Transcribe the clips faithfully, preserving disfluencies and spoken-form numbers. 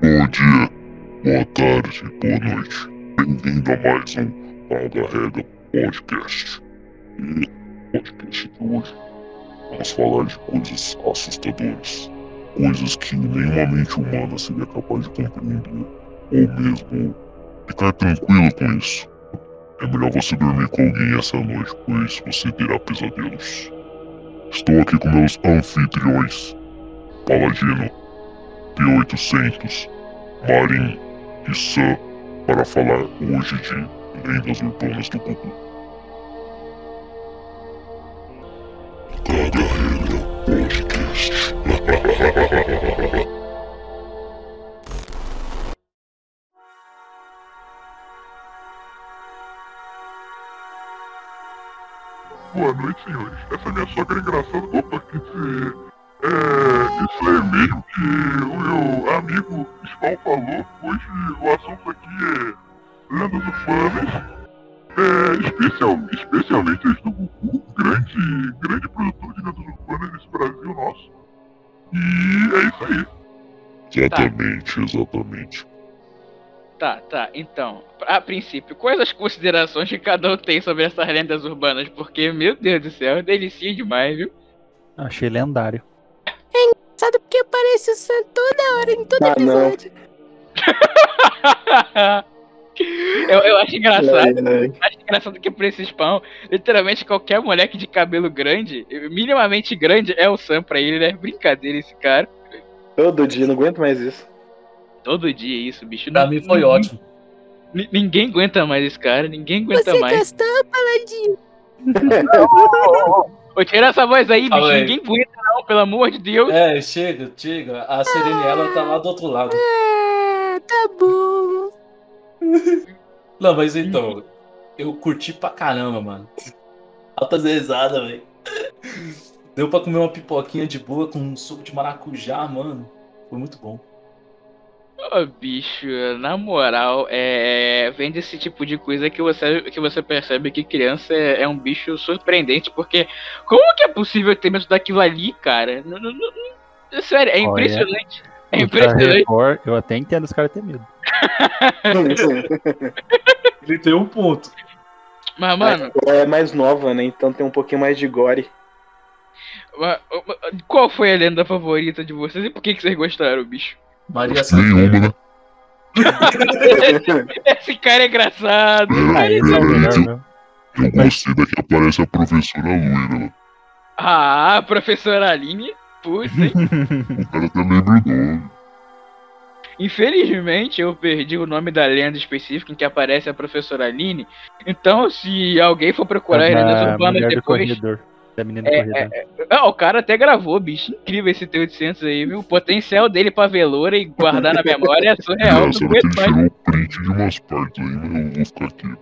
Bom dia, boa tarde, boa noite. Bem-vindo a mais um Paga Regra Podcast. E no podcast de hoje vamos falar de coisas assustadoras. Coisas que nenhuma mente humana seria capaz de compreender. Ou mesmo ficar tranquilo com isso. É melhor você dormir com alguém essa noite, pois você terá pesadelos. Estou aqui com meus anfitriões. Paladino, P oitocentos, Marin e Sam, para falar hoje de lendas urbanas do Gugu. Cada Regra Podcast. Boa noite, senhores. Essa é minha sogra engraçada. Opa, quer dizer... É... Isso é mesmo que o meu amigo Spawn falou. Hoje o assunto aqui é... lendas urbanas. É... Especial, especialmente as do Gugu. Grande... Grande produtor de lendas urbanas nesse Brasil nosso. E é isso aí. Exatamente, tá. exatamente. Tá, tá, então, a princípio, quais as considerações que cada um tem sobre essas lendas urbanas? Porque, meu Deus do céu, delicia demais, viu? Achei lendário. É engraçado porque aparece o Sam toda hora, em todo ah, episódio. eu, eu acho engraçado, ai, ai. acho engraçado que por esse spawn, literalmente qualquer moleque de cabelo grande, minimamente grande, é o Sam pra ele, né? Brincadeira esse cara. Todo dia, não aguento mais isso. Todo dia isso, bicho. Pra Não, mim foi ninguém, ótimo. Ninguém aguenta mais esse cara, ninguém aguenta Você mais. gostou, Paladino? Ô, tira essa voz aí, bicho. Fala aí. Ninguém aguenta não, pelo amor de Deus. É, chega, chega. A Sereniela tá lá do outro lado. Ah, tá bom. Não, mas então, eu curti pra caramba, mano. Altas risadas, velho. Deu pra comer uma pipoquinha de boa com um suco de maracujá, mano. Foi muito bom. Ô, bicho, na moral, é... vem desse tipo de coisa que você, que você percebe que criança é, é um bicho surpreendente, porque como que é possível ter medo daquilo ali, cara? Não, não, não... Sério, é impressionante. É impressionante. Record, eu até entendo os caras ter medo. Ele tem um ponto. Mas, mano... É mais nova, né? Então tem um pouquinho mais de gore. Qual foi a lenda favorita de vocês e por que, que vocês gostaram, bicho? Maria Nenhuma, né? Esse cara é engraçado. Ah, esse é o melhor, né? Eu gostei da que aparece a professora loira, né? Ah, a professora Aline. Putz, hein? O cara até lembra o nome. Infelizmente, eu perdi o nome da lenda específica em que aparece a professora Aline. Então, se alguém for procurar É lendas da urbanas mulher do depois... corredor. Da menina do É, corredor. é, é, ah, o cara até gravou, bicho. Incrível esse T oitocentos aí, viu? O potencial dele pra ver loura e guardar na memória é surreal. Engraçado que ele tirou o print de umas partes aí, mas eu vou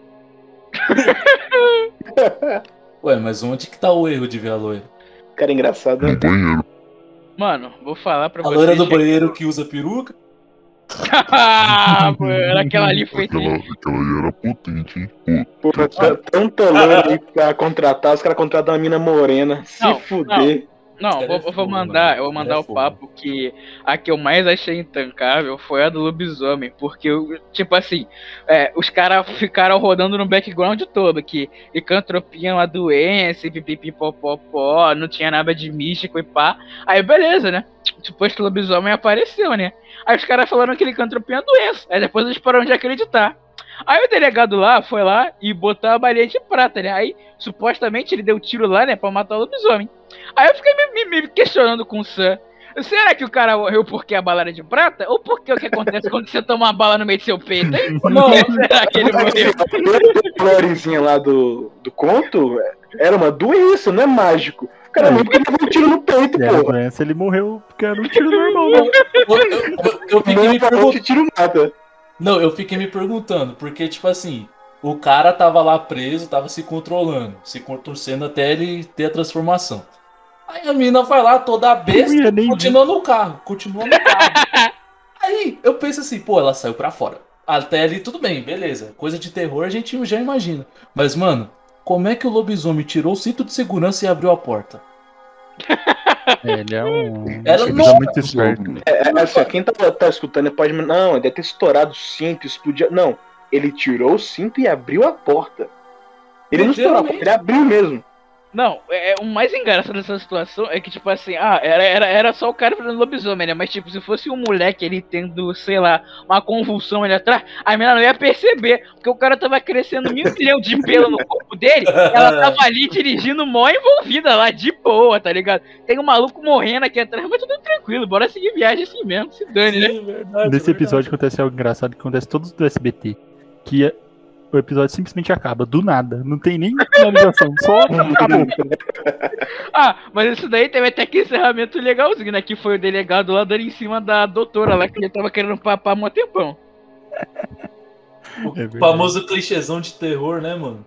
ficar aqui. Ué, mas onde que tá o erro de ver a loira? Cara engraçado, né? No banheiro. Mano, vou falar pra A vocês. loira do que- banheiro que usa peruca? Ah, mano, aquela ali foi. Aquela, aquela aí era potente, hein? Pô, Porra, tá tanta loira aí pra contratar, os caras contratam uma mina morena. Se Não, fuder. Não, Cara, vou, é eu vou fogo, mandar, mano. eu vou mandar É o fogo. papo que a que eu mais achei intancável foi a do lobisomem, porque, eu, tipo assim, é, os caras ficaram rodando no background todo, que licantropia é uma doença, e pipipipopopó, não tinha nada de místico e pá. Aí beleza, né? Depois que o lobisomem apareceu, né? Aí os caras falaram que licantropia é uma doença, aí depois eles pararam de acreditar. Aí o delegado lá foi lá e botou a balinha de prata, né? Aí supostamente ele deu tiro lá, né, pra matar o lobisomem. Aí eu fiquei me, me- me questionando com o Sam. Será que o cara morreu porque a bala era de prata? Ou porque o que acontece quando você toma uma bala no meio do seu peito, hein? Por que será que ele morreu? A florezinha lá do, do conto era uma doença, não é mágico. O cara É. nunca levou um tiro no peito, Se era porra. doença, ele morreu porque era um tiro normal. Né? Eu, eu- eu- eu fiquei me Não falou perguntando. que tiro mata. Não, eu fiquei me perguntando, porque, tipo assim, o cara tava lá preso, tava se controlando, se contorcendo até ele ter a transformação. Aí a mina vai lá, toda besta, Não ia nem continua no carro, continua no carro. Aí eu penso assim, pô, ela saiu pra fora. Até ali tudo bem, beleza. Coisa de terror a gente já imagina. Mas, mano, como é que o lobisomem tirou o cinto de segurança e abriu a porta? É, ele é um. Era ele no- é muito esperto. É, é, assim, ó, quem tá, tá escutando ele pode. Não, ele deve ter estourado o cinto, explodiu. Não, ele tirou o cinto e abriu a porta. Ele não estourou a porta, ele abriu mesmo. Não, é, o mais engraçado dessa situação é que, tipo assim, ah, era, era, era só o cara virando lobisomem, né? Mas, tipo, se fosse um moleque ele tendo, sei lá, uma convulsão ali atrás, a menina não ia perceber, porque o cara tava crescendo mil milhão de pelo no corpo dele, ela tava ali dirigindo mó envolvida lá, de boa, tá ligado? Tem um maluco morrendo aqui atrás, mas tudo tranquilo, bora seguir viagem assim mesmo, se dane, né? Sim, verdade, Nesse episódio verdade. acontece algo engraçado que acontece todos do S B T. Que é- o episódio simplesmente acaba, do nada. Não tem nem finalização, só acabou. Ah, mas isso daí teve até que encerramento legalzinho, né? Que foi o delegado lá dando em cima da doutora lá, que ele tava querendo papar há um tempão. É verdade. O famoso clichêzão de terror, né, mano?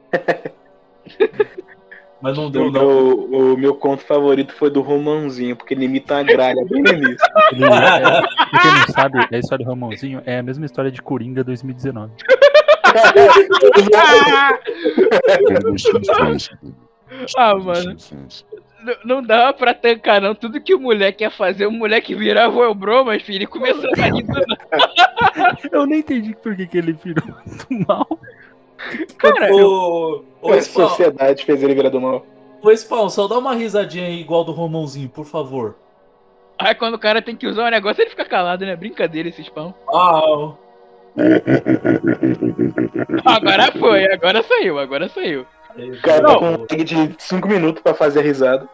Mas não deu, O não. meu, o meu conto favorito foi do Romãozinho, porque ele imita uma gralha bem no início. Ele, é, pra quem não sabe, a história do Ramãozinho é a mesma história de Coringa dois mil e dezenove. Ah, mano. N- não dava pra tancar, não. Tudo que o moleque ia fazer, o moleque virava o Bromas, filho, e começou a rir do nada. Eu nem entendi por que, que ele virou do mal. Cara, Ô, ô, A Spawn, sociedade fez ele virar do mal. ô, Spawn, só dá uma risadinha aí igual do Romãozinho, por favor. aí quando o cara tem que usar um negócio, ele fica calado, né? Brincadeira esse spam. Ah, Agora foi, agora saiu, agora saiu. O cara tá Não. com um lag de cinco minutos pra fazer a risada.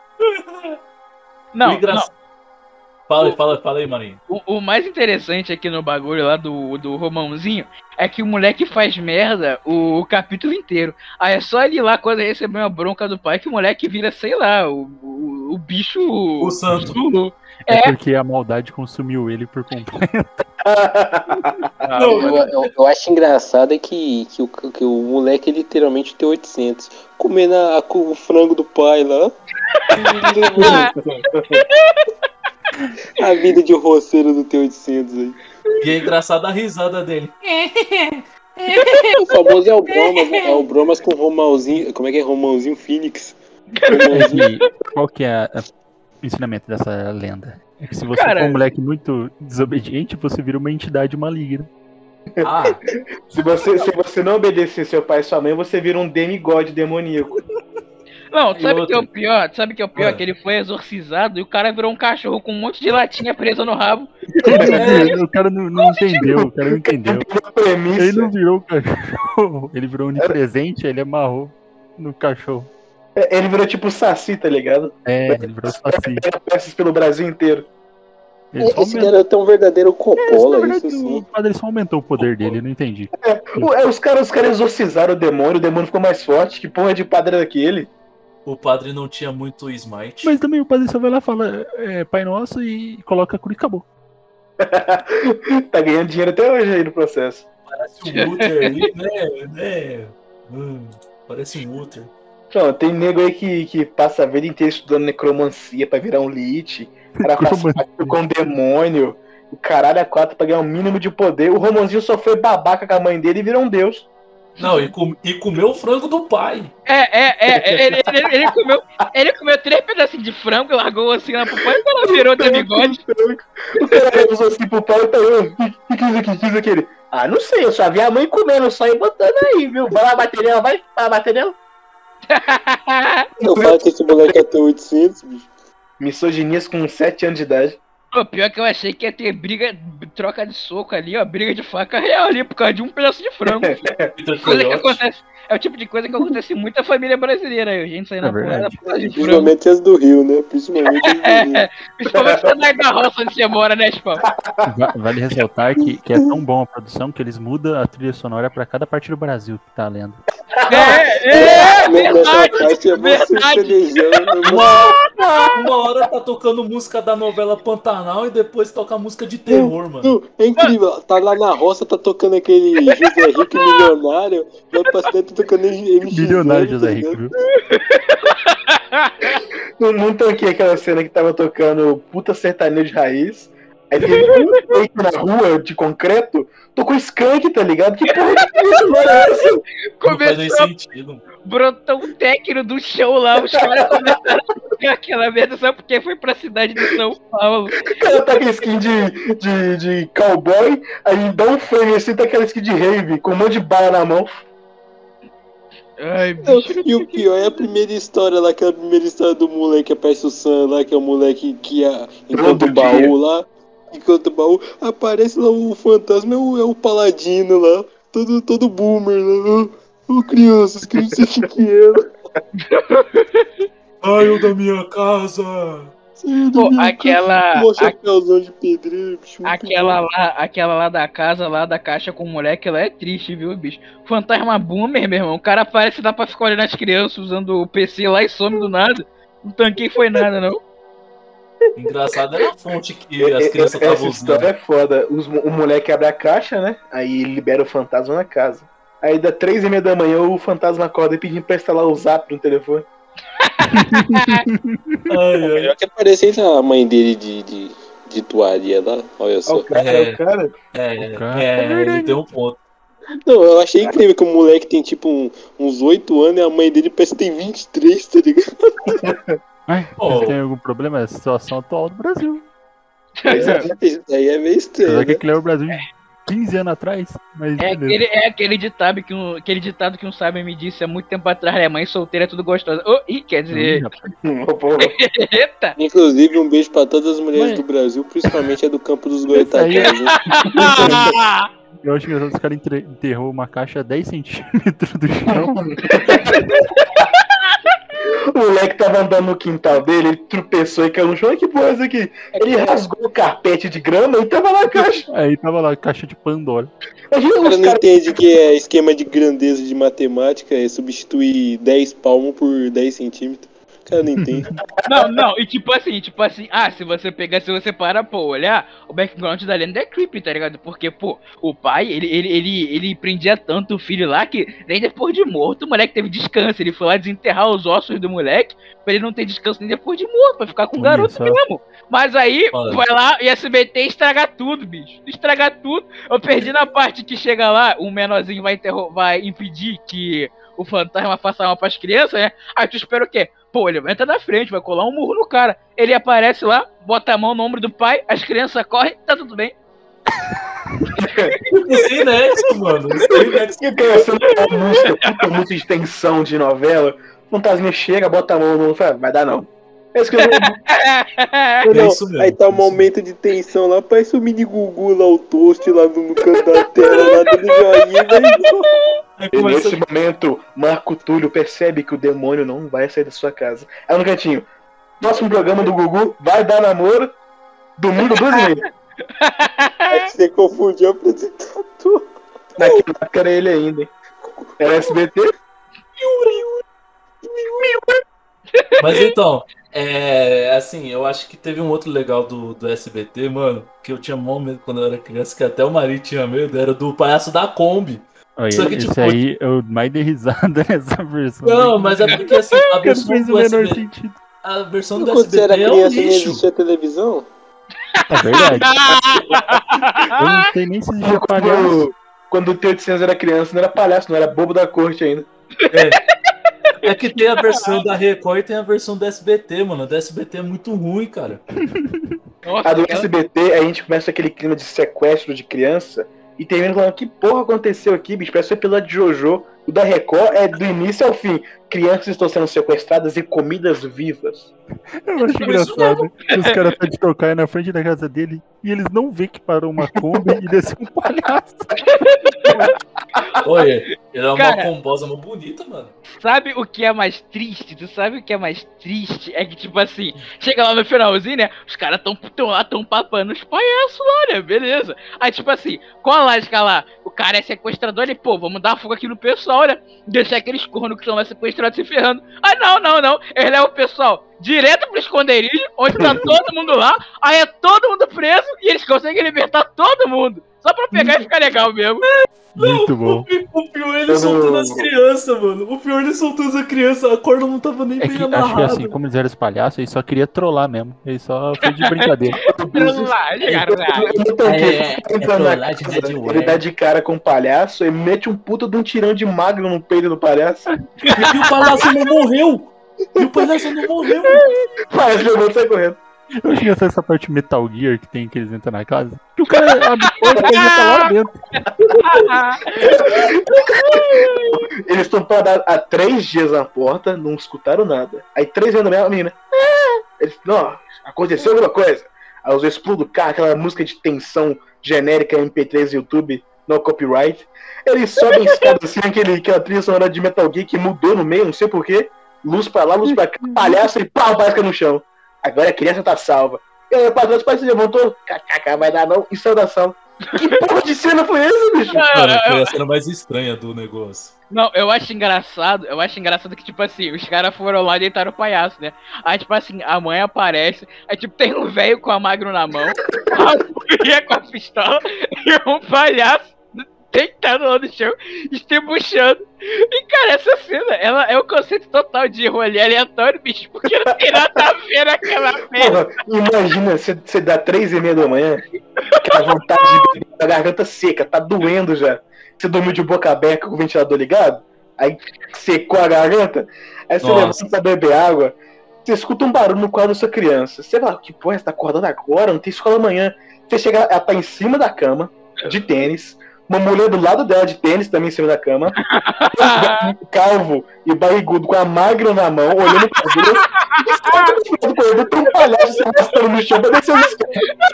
Não, O engra- Fala aí, fala, aí, fala aí, Marinho. não. O, o mais interessante aqui no bagulho lá do, do Romãozinho é que o moleque faz merda o, o capítulo inteiro. Aí é só ele ir lá quando receber uma bronca do pai que o moleque vira, sei lá, o, o, o bicho. O santo. Zulu. É, É. porque a maldade consumiu ele por completo. Ah, Não, Eu, eu- eu acho engraçado é que, que, o, que o moleque literalmente tem oitocentos. Comendo a- a- o frango do pai lá. A vida de roceiro do T oitocentos aí. E é engraçada a risada dele. O famoso é o Bromas, né? É o Bromas com o Romãozinho. Como é que é? Romãozinho Phoenix. Romãozinho. E qual que é a- a- o ensinamento dessa lenda? É que se você Cara- for um moleque muito desobediente, você vira uma entidade maligna. Ah, Se você, se você não obedecer seu pai e sua mãe, você vira um demigode demoníaco. Não, E sabe o que é o outro? pior? Sabe o que é o pior? Ah. Que ele foi exorcizado e o cara virou um cachorro com um monte de latinha presa no rabo. O cara não, não entendeu, o cara não entendeu. A premissa. Ele não virou o cachorro, ele virou onipresente, ele amarrou no cachorro. É, Ele virou tipo Saci, tá ligado? É, ele virou saci. Pega peças pelo Brasil inteiro. Ele só Esse aumentou, garoto é um verdadeiro é, na Coppola, verdade, isso o sim. padre só aumentou o poder dele, eu não entendi. O- é, os caras os caras exorcizaram o demônio, o demônio ficou mais forte. Que porra de padre era aquele? o padre não tinha muito smite. Mas também o padre só vai lá e fala é, Pai Nosso e coloca a cruz e acabou. Tá ganhando dinheiro até hoje aí no processo. Parece um Luther ali, né? né? Hum, parece um Luther. Não, tem nego aí que, que passa a vida inteira estudando necromancia pra virar um lich. O cara faz Necromancia. pacto com demônio. O caralho é quatro pra ganhar um mínimo de poder. O Romanzinho só foi babaca com a mãe dele e virou um deus. Não, e, com, e comeu o frango do pai. É, é, é, é, ele, ele, ele comeu, ele comeu três pedacinhos de frango e largou assim lá pro pai e ela virou demigode. O cara usou assim pro pau e tá eu. O que que é isso aqui? O que é isso aqui? Ah, não sei, eu só vi a mãe comendo, só ir botando aí, viu? Vai lá bater nela, vai, vai bater nela. Eu falo que esse moleque é T oitocentos, bicho. Misoginias com sete anos de idade. O pior que eu achei que ia ter briga, troca de soco ali, ó, briga de faca real ali, por causa de um pedaço de frango. Peter Coisa que Coyote. acontece, é o tipo de coisa que acontece em muita família brasileira aí, a gente sai na É verdade. porrada por causa de frango. Principalmente as do Rio, né? Principalmente as do Rio. É, principalmente quando é da roça onde você mora, né, Spam? Va- Vale ressaltar que, que é tão bom a produção que eles mudam a trilha sonora pra cada parte do Brasil que tá lendo. É, é, Nessa verdade, parte é você verdade. pelejando. Uma, uma hora tá tocando música da novela Pantanal e depois toca música de terror, mano. Não, é incrível, tá lá na roça, tá tocando aquele José Rico milionário, vai pra cidade, tá tocando M X zero, Milionário tá José ligado? Rico, viu? Não, não tanquei aquela cena que tava tocando puta sertanejo de raiz. Aí teve um fake na rua de concreto, tocou skunk, tá ligado? Que porra de coisa é essa? Não faz nem Começou, sentido. brotou um técnico do chão lá, os caras começaram a Aquela merda só porque foi pra cidade de São Paulo. O cara tá com skin de, de, de cowboy, aí dá um frame assim, tá aquela skin de rave, com um monte de bala na mão. Ai, Não, bicho. e o pior é a primeira história lá, aquela primeira história do moleque que aparece o Sam lá, que é o moleque que a, enquanto o baú lá, enquanto o baú, aparece lá o fantasma, é o, é o paladino lá, todo, todo boomer lá, ô crianças, crianças pequenas. Saiu da minha casa! Pô, aquela. Um a- chapéuzão de pedreiro, bicho. muito Aquela lá, aquela lá da casa, lá da caixa com o moleque, ela é triste, viu, bicho? Fantasma boomer, meu irmão. O cara parece que dá pra ficar olhando as crianças usando o P C lá e some do nada. Não tanquei foi nada, não. Engraçado era a fonte que as Essa crianças estavam história usando. é foda. Os- o moleque abre a caixa, né? Aí ele libera o fantasma na casa. Aí dá três e meia da manhã o fantasma acorda e pedindo pra instalar o zap no telefone. Ai, ai. Melhor que aparecesse a mãe dele de, de, de toalha lá, olha Ó, só. o cara, É. o cara. É, Cara, é, ele tem um ponto. Não, eu achei incrível que o moleque tem tipo um- uns oito anos e a mãe dele parece que tem vinte e três, tá ligado? Ai, Oh. tem algum problema? É a situação atual do Brasil. Pois é. Isso aí é meio estranho. Apesar que Né? aquele é o Brasil de quinze anos atrás. Mas É beleza. aquele, é aquele ditado que um, aquele ditado que um sábio me disse há muito tempo atrás, né? Mãe solteira é tudo gostosa. Oh, ih, quer Ih, dizer. rapaz. Pô, Eita! Inclusive, um beijo pra todas as mulheres Mas- do Brasil, principalmente a do Campo dos aí Goitacazes. é- né? Eu acho que os caras entre- enterrou uma caixa a dez centímetros do chão. o moleque tava andando no quintal dele, ele tropeçou e caiu no chão. Olha que porra é isso aqui? Ele rasgou o carpete de grama e tava na caixa. Aí tava lá, caixa de Pandora. Imagina O cara os não caras. entende que é esquema de grandeza de matemática, é substituir dez palmos por dez centímetros. O cara não entende. Não, não, e tipo assim, tipo assim, ah, se você pegar, se você para, pô, olhar, o background da lenda é creepy, tá ligado? Porque, pô, o pai, ele, ele, ele, ele prendia tanto o filho lá que nem depois de morto o moleque teve descanso. Ele foi lá desenterrar os ossos do moleque pra ele não ter descanso nem depois de morto, pra ficar com o Olha garoto só. mesmo. Mas aí, Olha. vai lá e S B T estraga tudo, bicho. Estraga tudo. Eu perdi na parte que chega lá, o menorzinho vai, interro- vai impedir que o fantasma faça mal pras crianças, né? Aí tu espera o quê? Pô, ele entra na frente, vai colar um murro no cara. Ele aparece lá, bota a mão no ombro do pai, as crianças correm, tá tudo bem. Sem nexo, mano. Sem nexo. Que cara, essa música, puta música de tensão de novela. O fantasma chega, bota a mão no. Fala, vai dar não. É isso que eu É Não, isso mesmo, aí tá é um isso momento de tensão lá, parece o mini Gugu lá, o toast lá no, no canto da tela, lá dando joinha, velho. Aí E começa- nesse momento, Marco Túlio percebe que o demônio não vai sair da sua casa. Aí no cantinho. Próximo programa do Gugu vai dar namoro. Domingo, duas e meia. Acho que você confundiu o apresentador. Naquela época era ele ainda, hein? Era S B T? Mas então, é, assim, eu acho que teve um outro legal do, do S B T, mano, que eu tinha mó medo quando eu era criança, que até o Mari tinha medo, era do palhaço da Kombi. Olha, Só que, esse tipo, aí eu mais dei risada nessa versão. Não, mas é porque assim, a Porque não versão fez o do menor S B T, sentido. a versão do Quando você era S B T é um criança e não lixo. existia televisão? É verdade. Eu não sei nem se existia palhaço. Quando, quando o T oitocentos era criança, não era palhaço, não era bobo da corte ainda. É que tem a versão da Record e tem a versão do S B T, mano. A do S B T é muito ruim, cara. Nossa, A do aquela- S B T, a gente começa aquele clima de sequestro de criança e termina falando, que porra aconteceu aqui, bicho? Parece o episódio de Jojo. O da Record é do início ao fim. Crianças estão sendo sequestradas e comidas vivas. Eu acho engraçado que os caras estão de tocar na frente da casa dele e eles não vê que parou uma Kombi e desceu um palhaço. Olha, ele é uma Cara. combosa muito bonita, mano. Sabe o que é mais triste? Tu sabe o que é mais triste? É que, tipo assim, chega lá no finalzinho, né? Os caras tão, tão lá, tão papando os palhaços lá, né? Beleza. Aí, tipo assim, qual a lógica lá? O cara é sequestrador, ele, pô, vamos dar fogo aqui no pessoal, né? Deixar aqueles cornos que estão lá sequestrados se ferrando. Ah, não, não, não. Ele leva o pessoal direto pro esconderijo, onde tá todo mundo lá. Aí é todo mundo preso e eles conseguem libertar todo mundo. Só pra pegar e ficar legal mesmo. Muito bom. O, pi- o pior é ele Eu soltando não- as crianças, mano. O pior é ele soltando as crianças. A corda não tava nem É bem que acho que amarrada. assim, como eles eram os palhaços, ele só queria trollar mesmo. Ele só foi de brincadeira. Trollagem, caralho. Então, É, que é, é entra na trollagem, casa, né, de ele dá de cara com o palhaço e mete um puta de um tirão de magro no peito do palhaço. E o palhaço não morreu. E o palhaço não morreu. Parece que eu sai correndo. Eu acho engraçado essa parte Metal Gear que tem que eles entram na casa. Que o cara abre a porta e entra lá dentro. Eles estão parados há três dias na porta, não escutaram nada. Aí três anos mesmo, a menina. "Ah!" Eles, não, aconteceu alguma coisa. Aí os explodem o carro, aquela música de tensão genérica M P três YouTube, no copyright. Eles sobem escadas assim, aquele, aquela trilha sonora de Metal Gear que mudou no meio, não sei porquê. Luz pra lá, luz pra cá, palhaço e pau, basca no chão. Agora a criança tá salva. E aí o padrão dos pais se levantou, kkk, vai dar não, e saiu da sala. Que porra de cena foi essa, bicho? Mano, foi a cena mais estranha do negócio. Não, eu acho engraçado, eu acho engraçado que, tipo assim, os caras foram lá e deitaram o palhaço, né? Aí, tipo assim, a mãe aparece, aí, tipo, tem um velho com a magro na mão, a mulher com a pistola e um palhaço deitado lá no chão, estribuchando. E, cara, essa cena, ela é o conceito total de rolê aleatório, bicho, porque não tem nada a ver naquela merda. Porra, imagina, você, você dá três e meia da manhã, aquela vontade de beber, a garganta seca, tá doendo já. Você dormiu de boca aberta com o ventilador ligado, aí secou a garganta, aí você Nossa. levanta pra beber água, você escuta um barulho no quarto da sua criança. Você fala, que porra, você tá acordando agora? Não tem escola amanhã. Você chega, ela tá em cima da cama, de tênis, uma mulher do lado dela de tênis, também em cima da cama, um calvo e barrigudo com a magra na mão, olhando pra Deus, e no corredor tem um palhaço se arrastando no chão pra descer no escada.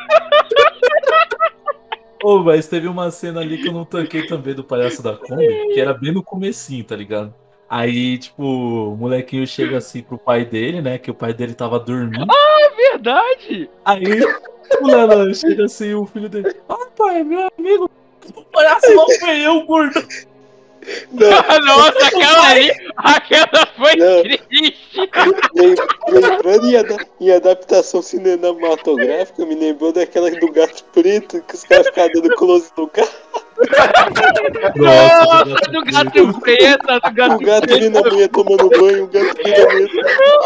Ô, mas teve uma cena ali que eu não tanquei também do palhaço da Kombi, que era bem no comecinho, tá ligado? Aí, tipo, o molequinho chega assim pro pai dele, né? Que o pai dele tava dormindo. É verdade! Aí, o Lala chega assim, o filho dele. Ah, pai, meu amigo, o palhaço não foi eu, gordo. Nossa, aquela ali, aquela foi Não. triste! Lem- Lembrando em, ada- em adaptação cinematográfica, me lembrou daquela do gato preto, que os caras ficavam dando close no gato. Nossa, do gato preto, do gato O gato ali na mulher tomando banho, o gato ali na mulher.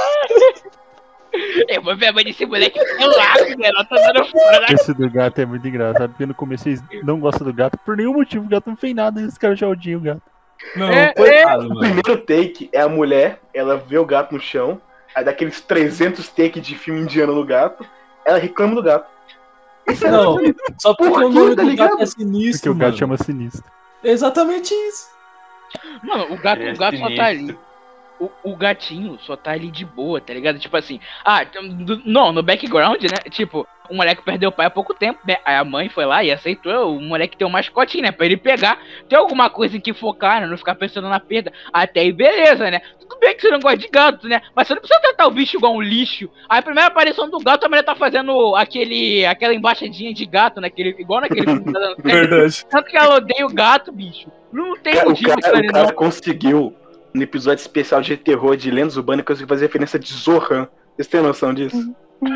Eu vou ver a mãe desse moleque pelado, né? Ela tá dando fora da Esse do gato é muito engraçado, porque no começo eles não gostam do gato por nenhum motivo. O gato não fez nada e os caras já odiam o gato. Não, É, coitado, O mano. primeiro take é a mulher, ela vê o gato no chão, aí daqueles trezentos takes de filme indiano no gato, ela reclama do gato. Isso é Não, só porque Por o quê, nome tá do ligado? gato é sinistro, Porque o gato mano. chama sinistro. É exatamente isso. Mano, o gato, É o gato só tá sinistro. ali. O, o gatinho só tá ali de boa, tá ligado? Tipo assim, ah, do- não, no background, né? Tipo, o moleque perdeu o pai há pouco tempo, né? Aí a mãe foi lá e aceitou o moleque ter um mascotinho, né? Pra ele pegar, ter alguma coisa em que focar, né? Não ficar pensando na perda. Até aí, beleza, né? Tudo bem que você não gosta de gato, né? Mas você não precisa tratar o bicho igual um lixo. Aí a primeira aparição do gato, a mulher tá fazendo aquele, aquela embaixadinha de gato, naquele, igual naquele filme que tá dando certo. Verdade. Tanto que ela odeia o gato, bicho. Não tem Cara, o motivo cara, pra o ele cara não. conseguiu, no episódio especial de terror de Lendas Urbanas, conseguiu fazer referência de Zohan. Vocês têm noção disso?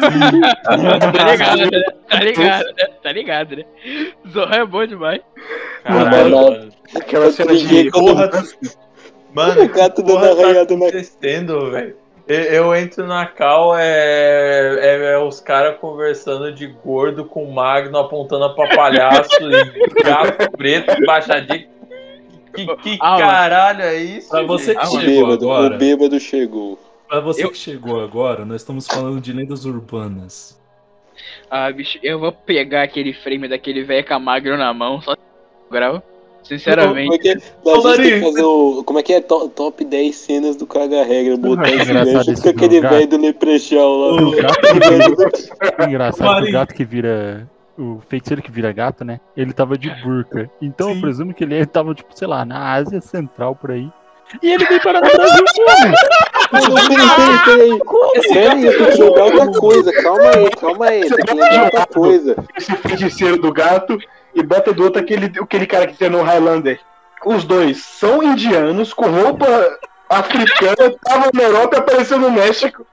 Tá ligado, né? Tá ligado, né? Tá ligado, né? Zorro é bom demais. Caralho, mano. Aquela cena Ninguém de. quando- Porra, mano, O gato dando porra tá arranhada na acontecendo, velho? Eu, eu entro na cal, é, é, é os caras conversando de gordo com magno, apontando pra palhaço e gato preto, baixadinho. Que, que Ah, mano. caralho é isso? Pra você que gente? O chegou bêbado, agora. o bêbado chegou. Pra você Eu- que chegou agora, nós estamos falando de lendas urbanas. Ah, bicho, eu vou pegar aquele frame daquele velho com a magro na mão, só grau. Sinceramente. Como é que é? Nós vamos ter que fazer o. Como é que é? To- Top dez cenas do Caga Regra. Botar é esse engraçado velho junto esse com aquele do gato. velho do Leprechaun lá. O gato Aquele velho do- Engraçado que Marinho. o gato que vira. O feiticeiro que vira gato, né? Ele tava de burca. Então Sim. eu presumo que ele tava, tipo, sei lá, na Ásia Central por aí. E ele veio parar no Brasil como? Não, não, peraí, peraí, peraí. Peraí, eu tenho que lembrar outra coisa. Calma aí, calma aí. Tem que lembrar outra coisa. Esse feiticeiro do gato e bota do outro aquele, aquele cara que treinou o Highlander. Os dois são indianos com roupa africana, estavam na Europa e apareceu no México.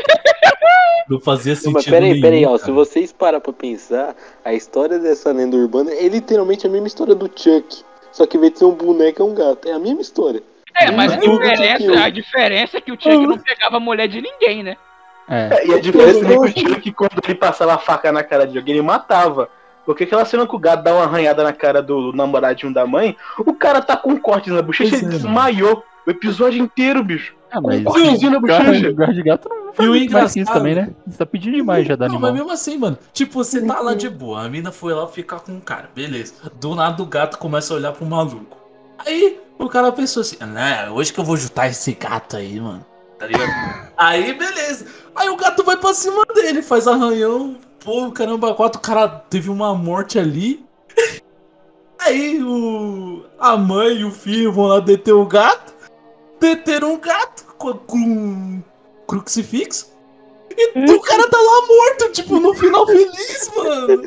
Não fazia Não, sentido mas peraí, nenhum, peraí, ó. cara. Se vocês parar pra pensar, a história dessa lenda urbana é literalmente a mesma história do Chuck. Só que em vez de ser um boneco, é um gato. É a mesma história. É, mas a Tudo que diferença, eu- a diferença é que o Chuck não pegava a mulher de ninguém, né? É. É, e a diferença também é que o Chuck, quando ele passava a faca na cara de alguém, ele matava. Porque aquela cena que o gato dá uma arranhada na cara do namoradinho da mãe, o cara tá com um corte na bochecha, Pois ele é, desmaiou o episódio inteiro, bicho. Ah, mas com- Coisinha na garra bochecha. garra de gato não E faz o muito mais que isso engraçado- também, né? Você tá pedindo demais já da Não, animal. mas mesmo assim, mano. Tipo, você tá lá de boa. A mina foi lá ficar com o cara. Beleza. Do nada o gato começa a olhar pro maluco. Aí o cara pensou assim: né, hoje que eu vou juntar esse gato aí, mano. Tá ligado? Aí, beleza. Aí o gato vai pra cima dele, faz arranhão. Pô, caramba, quatro. O cara teve uma morte ali. Aí o. A mãe e o filho vão lá deter o gato. Deteram o gato com, com um crucifixo. E o cara tá lá morto, tipo, no final feliz, mano.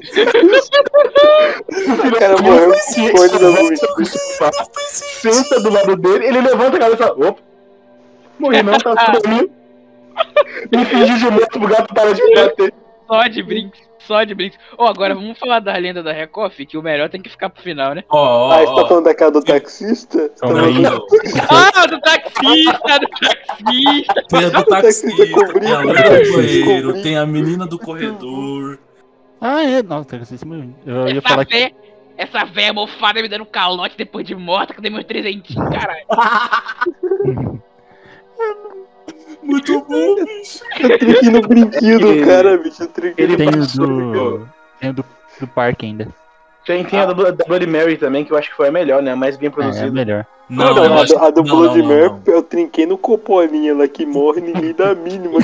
O cara morreu com fone na bochecha. Senta do lado dele, ele levanta a cabeça e fala, opa, morri não, tá tudo dormindo. Me fingi de morto pro gato parar de me bater. Só de brinks, só de brinks. Ó, agora vamos falar da lenda da Recoff, que o melhor tem que ficar pro final, né? Ó, ó, Ah, você tá ó. falando daquela do taxista? Você tá Não, falando Não, Ah, do taxista, do taxista! tem a do taxista taxista, cobrindo, tem a o loira do taxista banheiro, cobrindo. tem a menina do corredor. Ah, é. Nossa, tá com isso mesmo. Eu ia Essa falar que. vé, essa véia mofada me dando calote depois de morta, que eu dei meus trezentinhos, caralho. Muito bom, bicho. Eu trinquei no brinquinho do Ele- cara, bicho. Eu trinquei ele no Tem o passou, do. Tem o do, do parque ainda. Tem, tem a da, da Bloody Mary também, que eu acho que foi a melhor, né? A mais bem É, é produzida. melhor. Não, eu não, a, acho- do- a do não, Blood não, não, Mary não. eu trinquei no Copolinha lá que morre ninguém dá a mínima.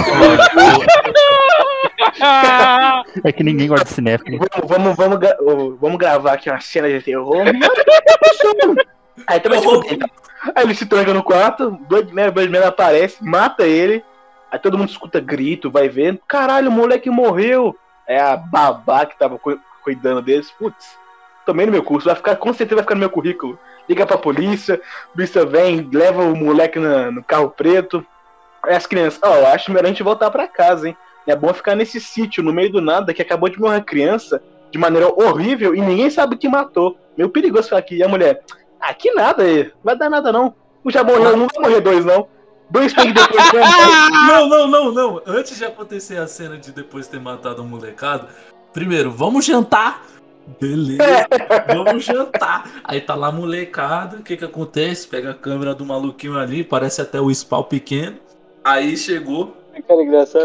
Ah, É que ninguém gosta de cinéfilo. Vamos, vamos, vamos, gra- ô, vamos gravar aqui uma cena de terror. Aí também Ô, tipo, aí ele se tranca no quarto, Blood Mary, Blood Mary aparece, mata ele. Aí todo mundo escuta grito, vai vendo. Caralho, o moleque morreu. É a babá que tava cu- cuidando deles. Putz, tomei no meu curso, vai ficar, com certeza vai ficar no meu currículo. Liga pra polícia, a polícia vem, leva o moleque na- no carro preto. Aí as crianças, ó, eu acho melhor a gente voltar pra casa, hein? É bom ficar nesse sítio, no meio do nada, que acabou de morrer uma criança de maneira horrível e ninguém sabe o que matou. Meio perigoso ficar aqui. E a mulher, ah, que nada aí, não vai dar nada não. Já morreu, não vai morrer dois não. Dois tem que depois né? Não, não, não, não. Antes de acontecer a cena de depois ter matado o molecado, primeiro, vamos jantar. Beleza, vamos jantar. Aí tá lá a molecada, o que que acontece? Pega a câmera do maluquinho ali, parece até o spawn pequeno. Aí chegou Cara, engraçado.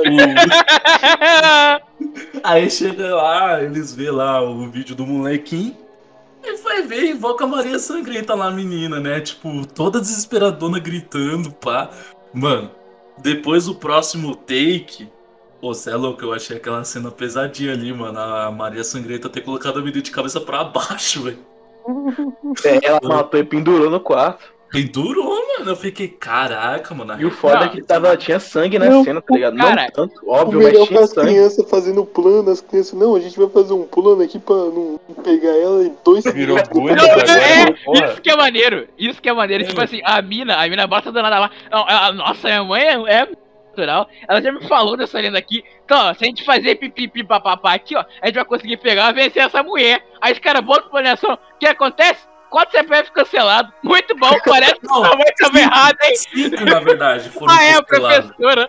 o... Aí chega lá, eles vê lá o vídeo do molequinho. E vai ver, invoca a Maria Sangrenta lá, a menina, né? Tipo, toda desesperadona gritando, pá. Mano, depois o próximo take. Pô, cê é louco, eu achei aquela cena pesadinha ali, mano. A Maria Sangrenta ter colocado a menina de cabeça pra baixo, velho. É, ela matou e pendurou no quarto. Pendurou, mano. Eu fiquei, caraca, mano. E o foda Não, é que tava, tinha sangue na não, cena, tá ligado? cara, Não tanto, O óbvio, mas melhor foi tinha as sangue. crianças fazendo plano, as crianças, não, a gente vai fazer um plano aqui pra não pegar ela em dois Virou segundos. bullying Não, agora, é, porra. isso que é maneiro. Isso que é maneiro. Tipo assim, a mina, a mina bota do nada lá. Não, ela- nossa, minha mãe é, é natural. Ela já me falou dessa lenda aqui. Então, ó, se a gente fazer pipipi papapá aqui, ó, a gente vai conseguir pegar e vencer essa mulher. Aí os caras botam planeação. O que acontece? Quatro C P F cancelado. Muito bom, parece que Não, sua mãe tava errada, hein? Cinco, na verdade, foram Ah, é, cancelados. professora.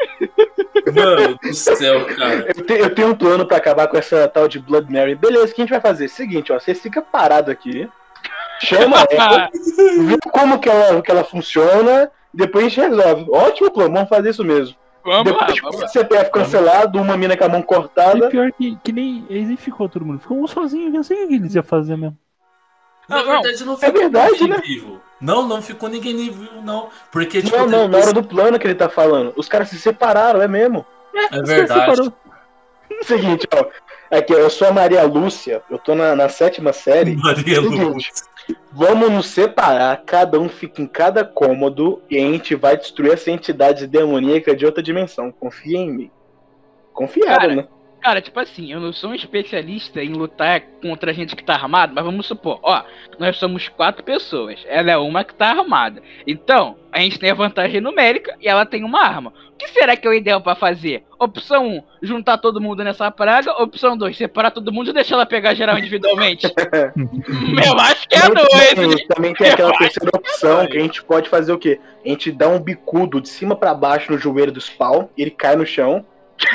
Mano do céu, cara. Eu, te- eu tenho um plano pra acabar com essa tal de Blood Mary. Beleza, o que a gente vai fazer? Seguinte, ó, você fica parado aqui, chama ela, vê como que ela, que ela funciona, e depois a gente resolve. Ótimo plano, vamos fazer isso mesmo. Vamos lá, Depois vamos com lá. o C P F cancelado, uma mina com a mão E cortada. pior que, que nem eles ficou todo mundo. Ficou um sozinho, eu não sei o que eles iam fazer mesmo. Na Não, não. verdade, não ficou verdade, ninguém né? vivo. Não, não ficou ninguém vivo, não. Porque, tipo, Não, não, na depois- hora do plano que ele tá falando. Os caras se separaram, é mesmo. É verdade. Seguinte, ó. Aqui, ó, eu sou a Maria Lúcia, eu tô na, na sétima série. Maria Seguinte, Lúcia. vamos nos separar, cada um fica em cada cômodo e a gente vai destruir essa entidade demoníaca de outra dimensão. Confia em mim. Confiaram, Cara, né? Cara, tipo assim, eu não sou um especialista em lutar contra gente que tá armada, mas vamos supor, ó, nós somos quatro pessoas, ela é uma que tá armada. Então, a gente tem a vantagem numérica e ela tem uma arma. O que será que é o ideal pra fazer? Opção um, juntar todo mundo nessa praga. Opção dois, separar todo mundo e deixar ela pegar geral individualmente. Eu acho que é Também dois, tem- hein? Também tem aquela Eu terceira opção que a gente pode fazer o quê? A gente dá um bicudo de cima pra baixo no joelho do spawn, ele cai no chão.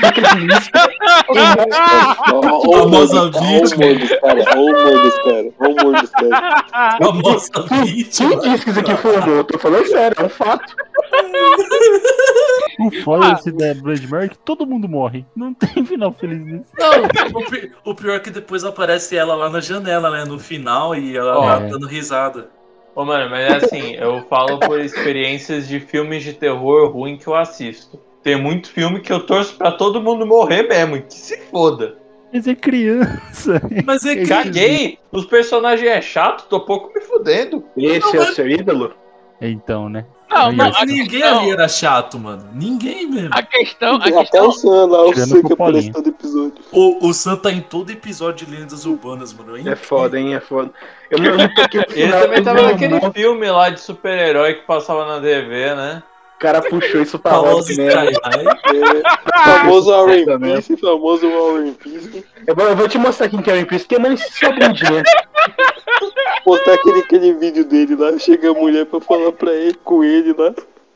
Ó, ó, A o famosa humor dos- ó, o humor dos caras, ó, o humor dos caras, ó, o humor dos caras. Famosa Quem vítima. disse que isso aqui foi humor? Eu tô falando sério, é um fato. O foda desse da Blood Mary é que todo mundo morre. Não tem final feliz nisso. Não, o, pi- o pior é que depois aparece ela lá na janela, né? No final, e ela Ó. tá dando risada. Ô, mano, mas é assim, eu falo por experiências de filmes de terror ruim que eu assisto. Tem muito filme que eu torço pra todo mundo morrer mesmo, e que se foda. Mas é criança. Mas é que. Caguei! Os personagens é chato, tô pouco me fudendo. Esse é o seu ídolo? Então, né? Não, Aí, não, ó, a Ninguém questão, ali era chato, mano. Ninguém mesmo. a questão, a Até questão, o Sam lá, o Tirando Sam pro que aparece Paulinho. todo episódio. O, o Sam tá em todo episódio de Lendas Urbanas, mano. É foda, hein? É foda. Eu não, eu não tô aqui no Ele final, também tava todo naquele mundo- filme lá de super-herói que passava na T V, né? O cara puxou isso pra Famoso rock mesmo. Sky High. É, famoso War and Tá mesmo. Peace, famoso War and Peace. Eu vou, eu vou te mostrar quem que é o Impulse, que é mano, esse seu bundinha. Postar aquele, aquele vídeo dele lá, chega a mulher pra falar pra ele, com ele lá.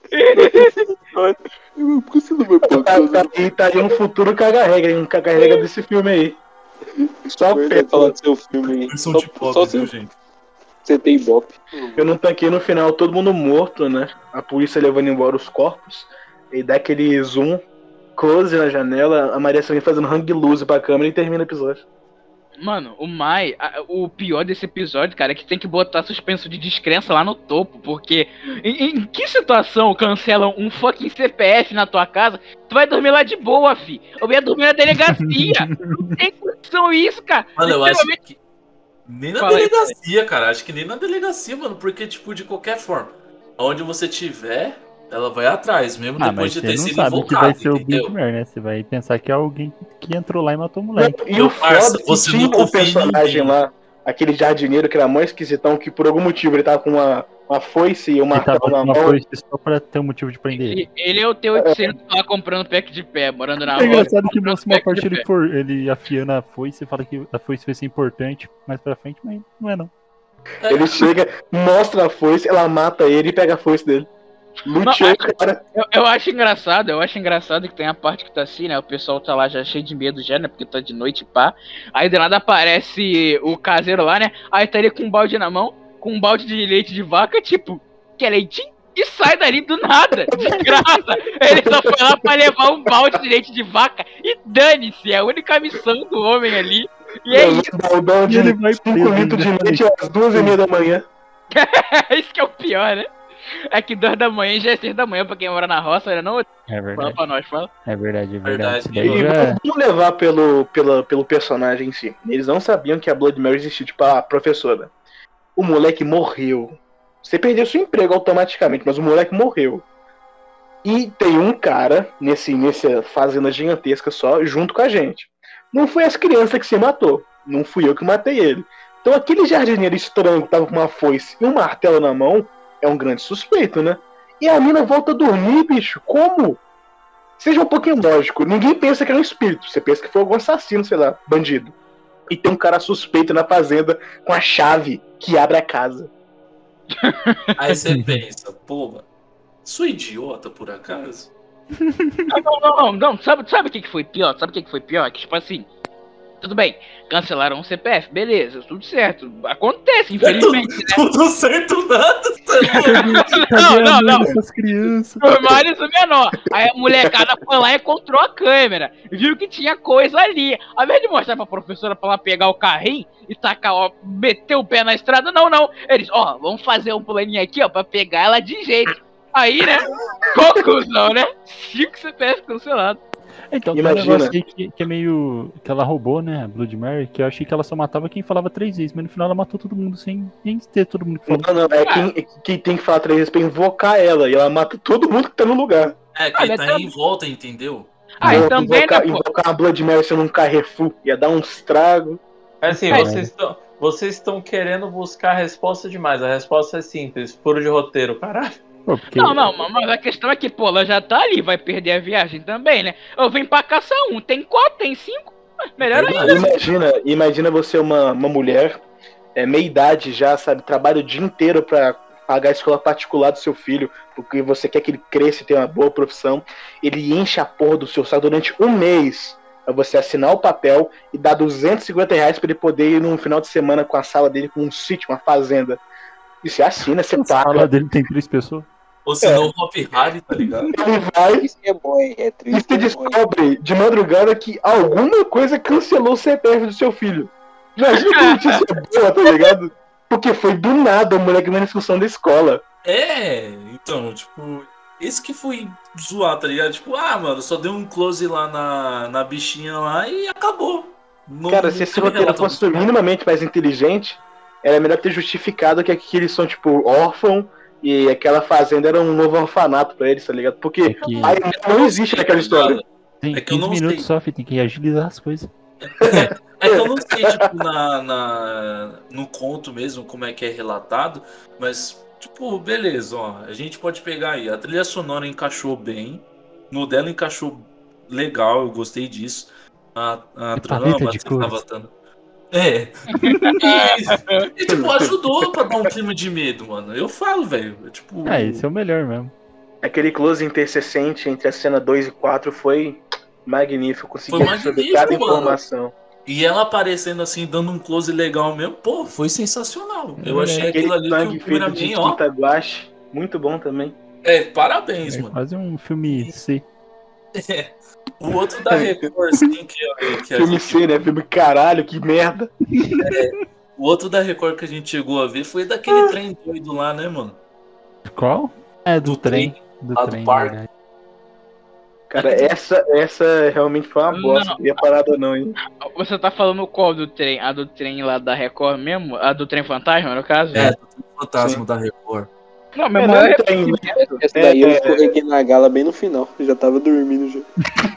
Eu, por que você não vai Tá, pagar? tá, e tá aí um futuro caga-regra, hein? Um caga-regra desse filme aí. Só Vai pé. falar do seu filme aí. Eles são Só, de pobre, só viu, se gente? você tem ibope. Eu não tanquei no final, todo mundo morto, né? A polícia levando embora os corpos. E dá aquele zoom, close na janela, a Maria Sangue fazendo hang loose pra câmera e termina o episódio. mano, o Mai, a- o pior desse episódio, cara, é que tem que botar suspenso de descrença lá no topo, porque em, em que situação cancelam um fucking C P F na tua casa? Tu vai dormir lá de boa, fi. Eu ia dormir na delegacia. Não tem condição isso, cara. Mano, eu acho Literalmente- que. Nem na Fala aí, delegacia, cara. Acho que nem na delegacia, mano. Porque, tipo, de qualquer forma, onde você tiver, ela vai atrás, mesmo Ah, depois mas de você ter não sido sabe que invocado, vai ser o entendeu? Big Bear, né? Você vai pensar que é alguém que entrou lá e matou o moleque. E Meu o parça, foda é que você tinha não o confia em personagem ninguém. lá, aquele jardineiro que era mó esquisitão, que por algum motivo ele tava com uma, uma foice e um Ele martelo tava na com uma mão. foice só pra ter um motivo de prender ele. Ele, ele é o T oitocentos lá comprando pack de pé, morando na É roça. engraçado que comprando mostra uma pack de parte ele, pé. for, ele afiando a foice e fala que a foice vai ser importante mais pra frente, mas não é não. Ele chega, mostra a foice, ela mata ele e pega a foice dele. Luteou Não, o cara. Eu, eu acho engraçado, eu acho engraçado que tem a parte que tá assim, né? O pessoal tá lá já cheio de medo já, né? Porque tá de noite e pá. Aí do nada aparece o caseiro lá, né? Aí tá ele com um balde na mão, com um balde de leite de vaca, tipo, que é leitinho? E sai dali do nada, de graça. Ele só foi lá pra levar um balde de leite de vaca e dane-se, é a única missão do homem ali. E é isso, O dom de E ele vai cinco preso, litros de né? leite às duas e meia da manhã. isso que é o pior, né? É que duas da manhã já é seis da manhã pra quem mora na roça, né? Não, É fala verdade, pra nós, fala. é verdade, é Verdade. verdade. Isso E daí já... vamos levar pelo, pela, pelo personagem em si. Eles não sabiam que a Blood Mary existia, tipo a professora. O moleque morreu. Você perdeu seu emprego automaticamente, mas o moleque morreu. E tem um cara nesse, nessa fazenda gigantesca só, junto com a gente. Não foi as crianças que se matou. Não fui eu que matei ele. Então aquele jardineiro estranho que tava com uma foice e um martelo na mão é um grande suspeito, né? E a mina volta a dormir, bicho. Como? Seja um pouquinho lógico. Ninguém pensa que é um espírito. Você pensa que foi algum assassino, sei lá, bandido. E tem um cara suspeito na fazenda com a chave que abre a casa. Aí você pensa, pô, mano, sou idiota por acaso? Não, não, não, não. Sabe, sabe o que, que foi pior? Sabe o que, que foi pior? Que, tipo assim, tudo bem, cancelaram o C P F, beleza, tudo certo. Acontece, infelizmente, né? Tudo certo nada, tá Não, não, não. Essas crianças. Por mais o menor. Aí a molecada foi lá e encontrou a câmera. Viu que tinha coisa ali. Ao invés de mostrar pra professora pra ela pegar o carrinho e tacar, ó, meter o pé na estrada, não, não. Eles, ó, vamos fazer um planinho aqui, ó, pra pegar ela de jeito. Aí, né? Conclusão, né? Cinco C P F cancelados. Então, tem um Imagina. negócio aí que, que é meio. Que ela roubou, né? A Blood Mary, que eu achei que ela só matava quem falava três vezes, mas no final ela matou todo mundo sem nem ter todo mundo que falou. Não, não, é quem, quem tem que falar três vezes pra invocar ela. E ela mata todo mundo que tá no lugar. É, quem Olha, tá tá- em volta, entendeu? Ah, Invo- e também, invocar, né, pô? invocar a Blood Mary sendo um Carrefour. Ia dar um estrago. Assim, É. vocês estão vocês estão querendo buscar a resposta demais. A resposta é simples, furo de roteiro, caralho. Pô, porque Não, não, mas a questão é que, pô, ela já tá ali, vai perder a viagem também, né? Eu vim pra caçar um, tem quatro, tem cinco, melhor ainda. Verdade. Imagina, imagina você uma, uma mulher, é, meia idade já, sabe, trabalha o dia inteiro pra pagar a escola particular do seu filho, porque você quer que ele cresça e tenha uma boa profissão. Ele enche a porra do seu saco durante um mês pra você assinar o papel e dar duzentos e cinquenta reais pra ele poder ir num final de semana com a sala dele, com um sítio, uma fazenda. E você assina, você a sala paga. dele tem três pessoas. Ou se não, o Hop Harry, tá ligado? Ele vai Isso é bom, hein? É e triste. se é bom, hein? descobre de madrugada que alguma coisa cancelou o C P F do seu filho. Imagina que notícia boa, tá ligado? Porque foi do nada o moleque na discussão da escola. É, então, tipo, esse que foi zoar, tá ligado? Tipo, ah, mano, só deu um close lá na, na bichinha lá e acabou. Não, Cara, não se esse teve roteiro relato fosse do- minimamente mais inteligente, era melhor ter justificado que, que eles são, tipo, órfãos e aquela fazenda era um novo orfanato pra eles, tá ligado? Porque É que aí não existe naquela história. tem É que eu quinze não minutos sei. só, filho, tem que agilizar as coisas. É que eu não sei, tipo, na, na, no conto mesmo como é que é relatado, mas, tipo, beleza, ó, a gente pode pegar aí, a trilha sonora encaixou bem, no dela encaixou legal, eu gostei disso, a, a É paleta trama, de você tava cores. dando... É, e, e, tipo, ajudou pra dar um clima de medo, mano, eu falo, velho, tipo... É, esse é o melhor mesmo. Aquele close intercessente entre a cena dois e quatro foi magnífico. Consegui Foi absorver magnífico, cada mano. informação. E ela aparecendo assim, dando um close legal mesmo, pô, foi sensacional. Eu É, achei Aquele aquilo ali que sangue o feito de cameraman, ó, tinta guache, muito bom também. é, parabéns, É mano. quase um filme C. O outro da Record, assim, que, que a Filme gente, C, né? Filme caralho, que merda. o outro da Record que a gente chegou a ver foi daquele trem doido lá, né, mano? Qual? É, do, Do trem. trem, Do lá do trem, parque. verdade. Cara, essa, essa realmente foi uma bosta. Não. Não ia parada não, hein? Você tá falando qual do trem? A do trem lá da Record mesmo? A do trem fantasma, no caso? É, do trem fantasma Sim. da Record. Não, meu É, maior não tem, né? Essa daí eu É, escorreguei na gala bem no final. Eu já tava dormindo já.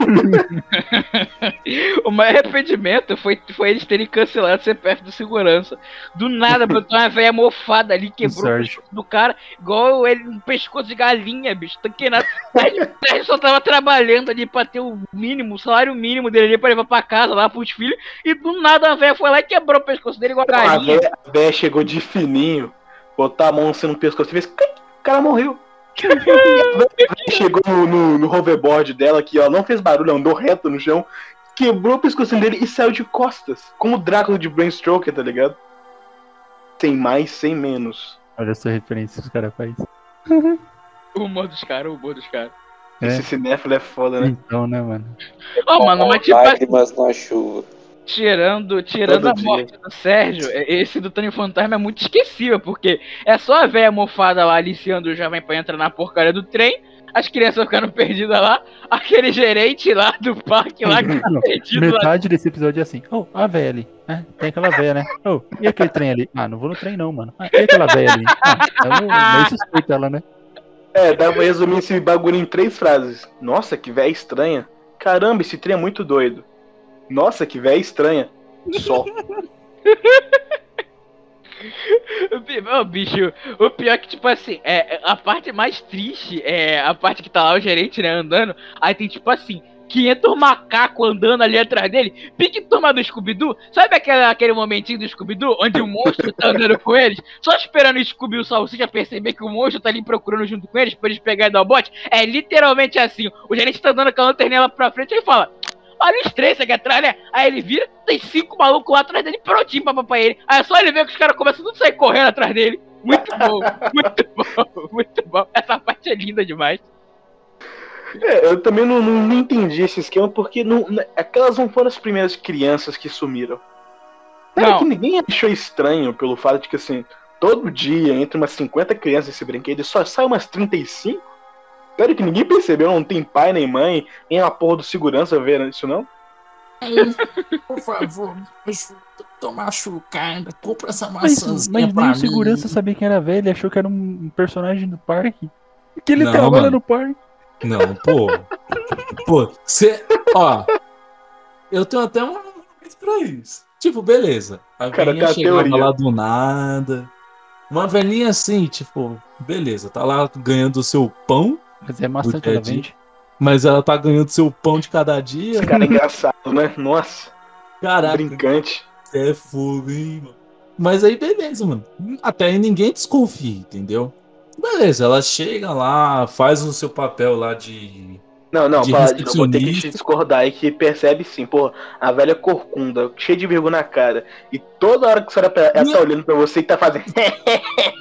O maior arrependimento foi, foi eles terem cancelado o C P F do segurança. Do nada, botou uma velha mofada ali, quebrou o Sérgio. pescoço do cara, igual ele um pescoço de galinha, bicho. Tá que nada. O Sérgio só tava trabalhando ali pra ter o mínimo, o salário mínimo dele ali pra levar pra casa, lá pros filhos, e do nada a velha foi lá e quebrou o pescoço dele igual a a galinha. véia, a véia chegou de fininho, botar a mão assim no pescoço e fez. "Clic", o cara morreu. E a véia chegou no, no, no hoverboard dela aqui, ó, não fez barulho, andou reto no chão, quebrou o pescocinho dele e saiu de costas. Como o Drácula de Bram Stoker, tá ligado? Sem mais, sem menos. Olha essa referência que os caras fazem. O humor dos caras, o humor dos caras. É. Esse cinéfilo é foda, né? Então, né, mano? Ó, mano, mas tipo assim, Lágrimas na chuva. tirando, tirando Todo a dia. morte do Sérgio, é- esse do Tony Fantasma é muito esquecível, porque é só a velha mofada lá aliciando o jovem pra entrar na porcaria do trem, as crianças ficando perdidas lá, aquele gerente lá do parque lá que tá Não, perdido lá. metade desse episódio é assim. Oh, a véia ali. É, tem aquela véia, né? Oh, e aquele trem ali? Ah, não vou no trem não, mano. Ah, e aquela véia ali? Ah, eu meio suspeito ela, né? É, dá pra resumir esse bagulho em três frases. Nossa, que véia estranha. Caramba, esse trem é muito doido. Nossa, que véia estranha. Só. Ô, bicho, o pior é que, tipo assim, é, a parte mais triste é a parte que tá lá o gerente, né, andando, aí tem, tipo assim, quinhentos macacos andando ali atrás dele, pique turma do Scooby-Doo, sabe aquele, aquele momentinho do Scooby-Doo, onde o monstro tá andando com eles, só esperando o Scooby e o Salsicha perceber que o monstro tá ali procurando junto com eles, pra eles pegarem e dar o bote? É literalmente assim, o gerente tá andando com a lanterninha lá pra frente e fala... Olha os três aqui atrás, né? Aí ele vira, tem cinco malucos lá atrás dele, prontinho pra papar ele. Aí é só ele ver que os caras começam tudo a sair correndo atrás dele. Muito bom, muito bom, muito bom. Essa parte é linda demais. É, eu também não, não, não entendi esse esquema, porque não, não- aquelas não foram as primeiras crianças que sumiram. Sério Não. que ninguém achou estranho pelo fato de que, assim, todo dia, entre umas cinquenta crianças esse brinquedo, e só sai umas trinta e cinco? Sério que ninguém percebeu, não tem pai nem mãe, nem a porra do segurança vendo isso, não? Por favor, me ajuda. Tô machucada. Compra essa Mas, maçãzinha mas nem pra o segurança mim. sabia quem era velho, ele achou que era um personagem do parque. Que ele Não, trabalha mano. no parque. Não, pô. Pô, você. Ó. Eu tenho até um argumento pra isso. Tipo, beleza. A Cara, velhinha tem a chegava teoria. lá do nada. Uma velhinha assim, tipo, beleza, tá lá ganhando o seu pão, Mas é maçã Do que ela dia a dia. vende. mas ela tá ganhando seu pão de cada dia. Esse cara é engraçado, né? Nossa, Caraca, brincante. é fogo, hein, mano. Mas aí, beleza, mano. Até aí ninguém desconfia, entendeu? Beleza, ela chega lá, faz o seu papel lá de. Não, não, De para, eu vou ter que te recepcionista. discordar aí que percebe sim, porra, a velha corcunda, cheia de vergonha na cara, e toda hora que você olha pra ela, ela tá olhando pra você e tá fazendo.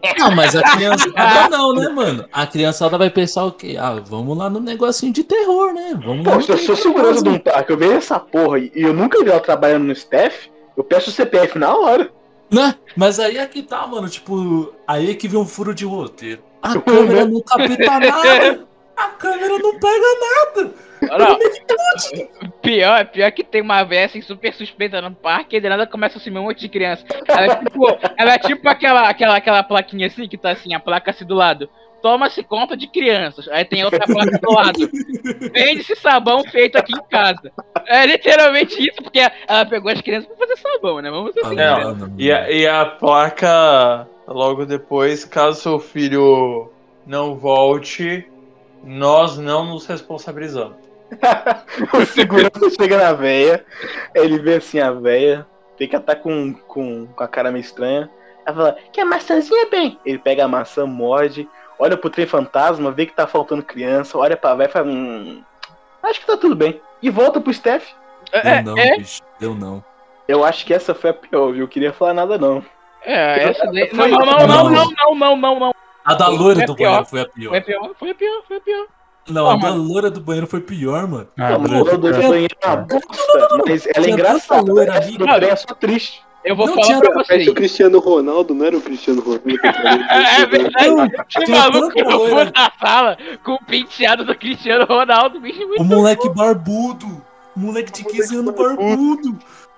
Não, mas a criançada não, né, mano? A criançada vai pensar o quê? Ah, vamos lá no negocinho de terror, né? Vamos lá Pô, no se eu sou segurança de um parque, eu vejo essa porra e eu nunca vi ela trabalhando no staff, eu peço o C P F na hora. Né? Mas aí é que tá, mano. Tipo, aí é que vem um furo de roteiro. A câmera não capta nada. A câmera não pega nada. Olha, pior, pior que tem uma véia assim super suspeita no parque e de nada começa a sumir um monte de criança. Ela é tipo, ela é tipo aquela, aquela, aquela plaquinha assim que tá assim, a placa assim do lado. Toma-se conta de crianças. Aí tem outra placa do lado. Vende-se sabão feito aqui em casa. É literalmente isso, porque ela pegou as crianças pra fazer sabão, né? Vamos ser sinceros. Não, e, a, e a placa logo depois, caso seu filho não volte, nós não nos responsabilizamos. O segurança chega na véia, ele vê assim a véia, tem que estar com, com, com a cara meio estranha. Ela fala, quer maçãzinha, bem? Ele pega a maçã, morde, olha pro trem fantasma, vê que tá faltando criança, olha pra véia e fala, hum, acho que tá tudo bem. E volta pro Steph. Deu não, é? bicho, deu não. Eu acho que essa foi a pior, viu? Eu queria falar nada não. É, essa daí... Não, não, não, não, não, não, não, não, não. A da loira do banheiro foi a pior. Foi a pior, foi a pior, foi a pior. Não, a da loira do banheiro foi pior, mano. Ah, a loira do banheiro é uma bosta, mas ela é engraçada. Essa do trem é só triste. Eu vou Não, falar tinha- pra vocês. Parece o Cristiano Ronaldo, não era o Cristiano Ronaldo? É verdade. O tinha maluco tanta no loira. fundo da sala com o penteado do Cristiano Ronaldo, bicho. Muito O moleque barbudo. O moleque de quinze anos barbudo.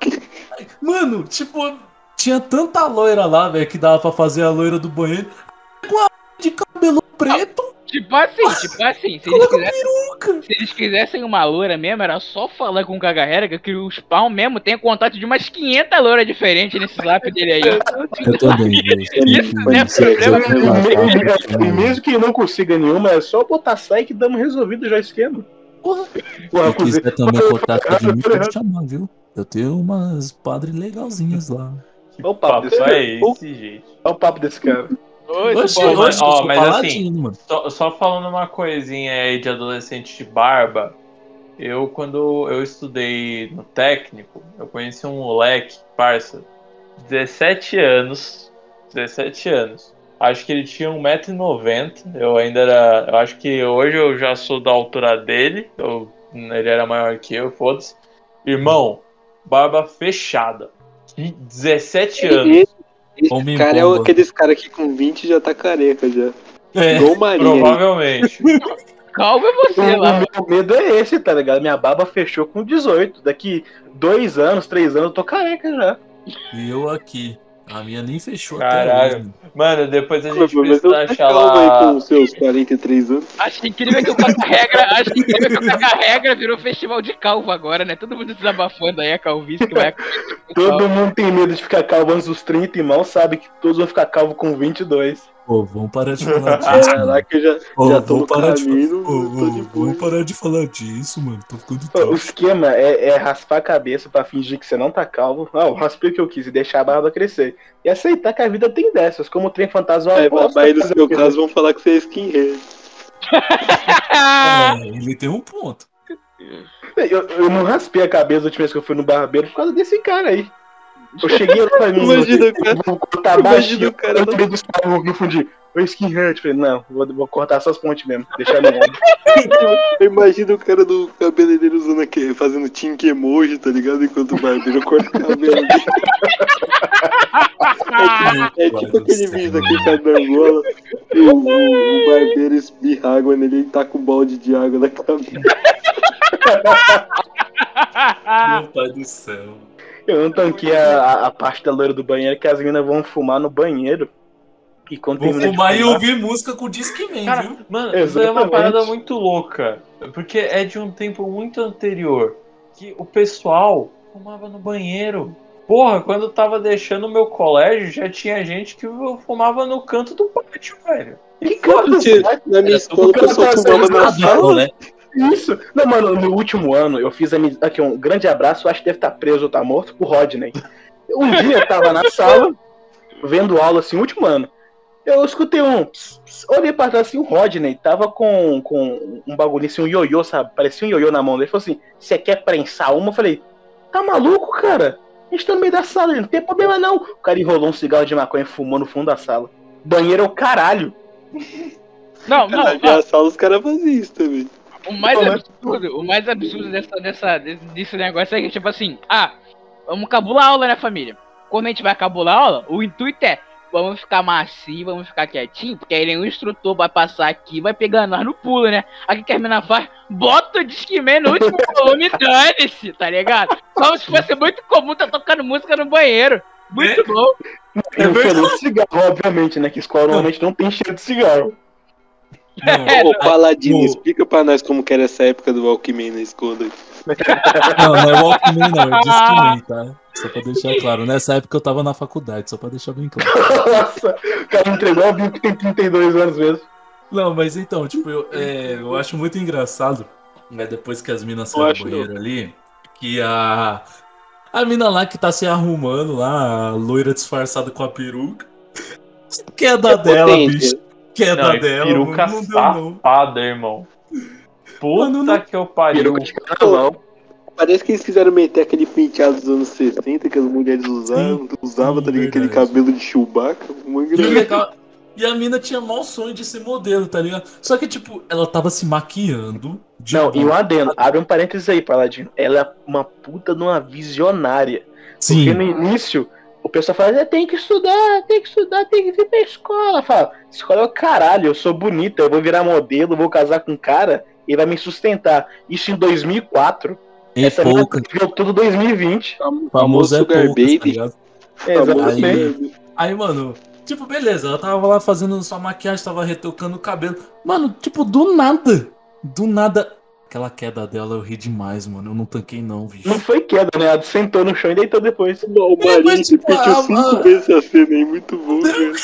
Mano, tipo, tinha tanta loira lá, velho, que dava pra fazer a loira do banheiro. Com a de cabelo preto. Tipo assim, tipo assim, se eles, quisessem, se eles quisessem uma loura mesmo, era só falar com o Cagarrega que o Spawn mesmo tem contato de umas quinhentas louras diferentes nesse zap dele aí. Eu também, velho. Isso não é problema. E mesmo que não consiga nenhuma, é só botar sai que damos resolvido já o esquema. Porra. Porra, Se quiser também contato de mim, pode chamar, viu? Eu tenho umas padres legalzinhas lá. Olha o papo desse Papo cara. é esse, gente. Olha o papo desse cara. Oi, Oxe, Spawn, mas- oxe, eu ó, sou mas paladino, assim, mano. Só, só falando uma coisinha aí de adolescente de barba, eu quando eu estudei no técnico, eu conheci um moleque, parça, dezessete anos, dezessete anos. Acho que ele tinha um metro e noventa, eu ainda era, eu acho que hoje eu já sou da altura dele, eu, ele era maior que eu, foda-se. Irmão, barba fechada, dezessete anos. Esse Homem cara é bomba. aqueles caras que com vinte já tá careca já. É. Igual o Marinho. Provavelmente. calma você O lá. meu medo é esse, tá ligado? Minha barba fechou com dezoito. Daqui dois anos, três anos, eu tô careca já. E eu aqui. A minha nem fechou Caralho. até hoje. Mano, depois a Mas gente eu precisa tá achar calmo aí com lá. os seus quarenta e três anos. Acho incrível que o Cagarrega, acho incrível que o Cagarrega virou festival de calvo agora, né? Todo mundo desabafando aí a calvície que vai acontecer. com o Todo calvo. mundo tem medo de ficar calvo antes dos trinta e mal sabe que todos vão ficar calvo com vinte e dois. Pô, vamos parar de falar disso, mano. Caraca, eu já, Ô, já tô no vamos parar de caminho, Ô, tô de ô, boa. vamos parar de falar disso, mano. Tô ficando O triste. esquema é, é raspar a cabeça pra fingir que você não tá calvo. Ah, eu raspei o que eu quis e deixar a barba crescer. E aceitar que a vida tem dessas, como o trem fantasma. Aí, bosta, aí no fazer seu o quê? caso vão falar que você é skinhead. É, ele tem um ponto. Eu, eu não raspei a cabeça da última vez que eu fui no barbeiro por causa desse cara aí. Eu cheguei lá e falei, Imagina o cara- vou cortar imagina baixinho. o cara Eu lá- lembrei do Gustavo no fundi. O skinhead. Falei, não, vou, vou cortar essas pontes mesmo. Deixar no ombro. Imagina o cara do cabeleireiro usando aqui, fazendo tink emoji, tá ligado? Enquanto o barbeiro corta o cabelo dele. É tipo aquele vídeo daquele cara da Angola, que o, o, o barbeiro espirra água nele e tá com um balde de água na cabeça. Meu pai do céu. Eu não tanquei a, a, a parte da loira do banheiro que as meninas vão fumar no banheiro. E quando Vou termina de fumar e fumar- ouvir música com o Discman, Cara, viu? mano, isso é uma Exatamente. parada muito louca. Porque é de um tempo muito anterior. Que o pessoal fumava no banheiro. Porra, quando eu tava deixando o meu colégio, já tinha gente que fumava no canto do pátio, velho. Que canto Na minha escola o pessoal fumava na sala. né? Isso. Não, mano, no último ano eu fiz amizade. Aqui, um grande abraço, eu acho que deve estar preso ou tá morto, pro Rodney. Um dia eu tava na sala, vendo aula assim, último ano. Eu escutei um. Pss, pss, olhei pra trás assim, o Rodney tava com, com um bagulho assim, um ioiô, sabe? Parecia um ioiô na mão dele. Ele falou assim: você quer prensar uma? Eu falei: tá maluco, cara? A gente tá no meio da sala, não tem problema não. O cara enrolou um cigarro de maconha e fumou no fundo da sala. Banheiro é o caralho. Não, não, Na não. minha sala os caras faziam isso também. O mais Como é? absurdo, o mais absurdo dessa, dessa, desse, desse negócio é que, tipo assim, ah, vamos cabular a aula, né, família? Quando a gente vai cabular a aula, o intuito é, vamos ficar macio, vamos ficar quietinho, porque aí o instrutor vai passar aqui, vai pegar nós no pulo, né? Aí o que a mina faz? Bota o Discman no último volume, dane-se, tá ligado? Como se fosse muito comum tá tocando música no banheiro. Muito bom. E o cheiro de cigarro, obviamente, né? Que escola normalmente não tem cheiro de cigarro. É, Ô, Paladino, o- explica pra nós como que era essa época do Walkman na escola. Não, não é Walkman, não, é Discman, tá? Só pra deixar claro. Nessa época eu tava na faculdade, só pra deixar bem claro. Nossa, o cara entregou o Bill que tem trinta e dois anos mesmo. Não, mas então, tipo, eu, é, eu acho muito engraçado, né, depois que as minas Eu saem do acho banheiro ali, que a. A mina lá que tá se arrumando lá, a loira disfarçada com a peruca. Queda É dela, potente. bicho. Queda Não, e dela. peruca mano, não deu, não. safada, irmão. Puta Mano, não- que eu pariu. Peruca de carnaval. Parece que eles quiseram meter aquele penteado dos anos sessenta que as mulheres usavam, usavam sim, tá ligado? Aquele verdade. cabelo de Chewbacca. Uma E o engraçado. legal- E a mina tinha mau sonho de ser modelo, tá ligado? Só que, tipo, ela tava se maquiando. De Não, e um boa. adendo, abre um parênteses aí, Paladino. Ela é uma puta de uma visionária. Sim. Porque no início, o pessoal fala, "É, tem que estudar, tem que estudar, tem que vir pra escola. Fala, escola é o caralho, eu sou bonita, eu vou virar modelo, vou casar com um cara e vai me sustentar. Isso em dois mil e quatro. É Essa pouca. mina viveu tudo dois mil e vinte. Famoso é Sugar poucas, tá Baby. ligado? É, Famoso exatamente. Sugar Aí- Baby. Aí, mano, tipo, beleza, ela tava lá fazendo sua maquiagem, tava retocando o cabelo. Mano, tipo, do nada. Do nada. Aquela queda dela eu ri demais, mano. Eu não tanquei, não, bicho. Não foi queda, né? Ela sentou no chão e deitou depois. O É, Marinho mas, tipo, repetiu a- cinco a- vezes essa cena aí, muito bom,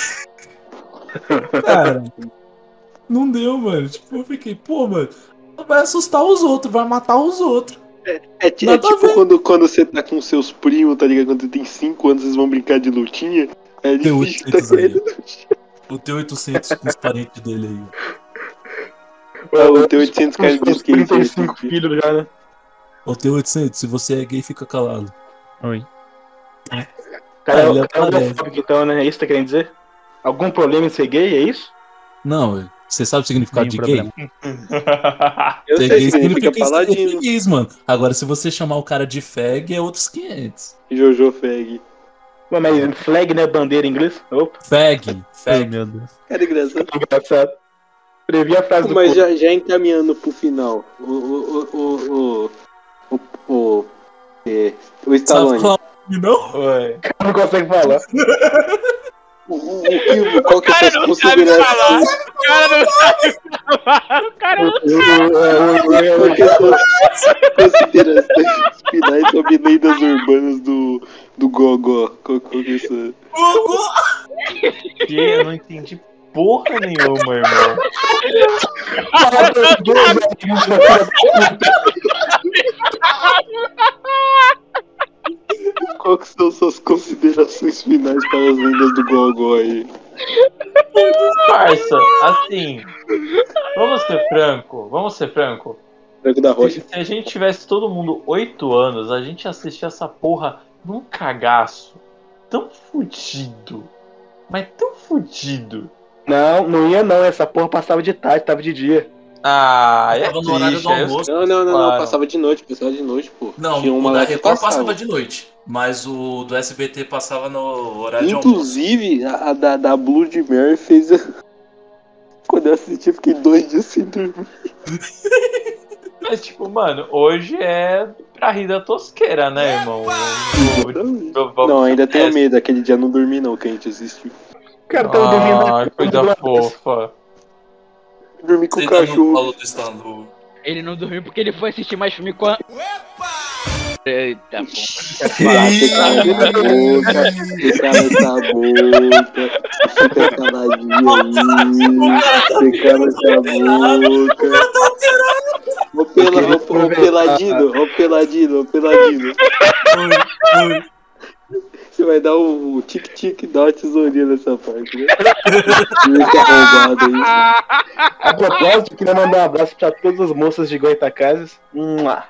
cara. Cara, não deu, mano. Tipo, eu fiquei, pô, mano, vai assustar os outros, vai matar os outros. É, ti- é Nada a tipo ver. quando, quando você tá com seus primos, tá ligado? Quando você tem cinco anos, vocês vão brincar de lutinha. É Tem difícil oitocentos tá aí. caindo no chão. O T oitocentos com os parentes dele aí. Ah, o T oitocentos caindo de Uns skate. trinta e cinco filhos já, né? Ô, T oitocentos, se você é gay, fica calado. Oi. O cara, Ah, é- ele o cara é aparece. homofóbico, então, né? É isso que tá querendo dizer? Algum problema em ser gay, é isso? Não, você sabe o significado Nenhum de problema. gay? Eu Ser sei, gay significa ser paladino. feliz, mano. Agora, se você chamar o cara de fag, é outros quinhentos. Jojo Fag. Ué, mas flag, né? Bandeira em inglês? Opa, Fag, Ai, fag. meu Deus. Era engraçado. engraçado. Previ a frase do Mas povo. já, já encaminhando pro final, o. O. O. O. O. O, é, o Sabe Stallone. falar o nome, não? Oi. O cara não consegue falar. O, o, o que, qual que é O cara a sua não sabe falar. consideração? O cara não sabe falar. O cara não Qual que é a sua considerações finais sobre lendas urbanas do. Do Gogó? Qual, qual que é essa? Que eu não entendi porra nenhuma, irmão. Qual que são suas considerações finais para as lendas do Gogó aí? Parça, assim. Vamos ser franco, vamos ser franco. Franco da Se, Rocha. se a gente tivesse todo mundo oito anos, a gente assistia essa porra num cagaço tão fudido. Mas tão fudido. Não, não ia não. Essa porra passava de tarde, tava de dia. Ah, é Tava no horário triste, do aí os- almoço. Não, não, não, não, Claro. passava de noite, passava de noite, pô. Não, Tinha o uma da lá que Record passava. passava de noite. Mas o do S B T passava no horário de almoço. Inclusive, a, a da, da Blood Mary fez a... Quando eu assisti, eu fiquei dois dias sem dormir. Mas, tipo, mano, hoje é pra rir da tosqueira, né, irmão? Vamos- vamos- Não, ainda tenho é, medo. Aquele dia não dormi não, que a gente assistiu. O cara tava dormindo. Ah, coisa fofa. Dormi com o Você tá no cachorro. colo do Stallone. Ele não dormiu porque ele foi assistir mais filme com a... Eita, pô. Ah, você cala essa boca. Você cala essa boca. Fica caladinho aí. Você cala essa boca. Ô, pela, ô, ô peladino, ô peladino, ô peladino. Oi, oi. Você vai dar o tic-tic, dá uma tesourinha nessa parte, né? Fica arrombado aí. A propósito, eu queria mandar um abraço pra todas as moças de Goitacazes. Mua.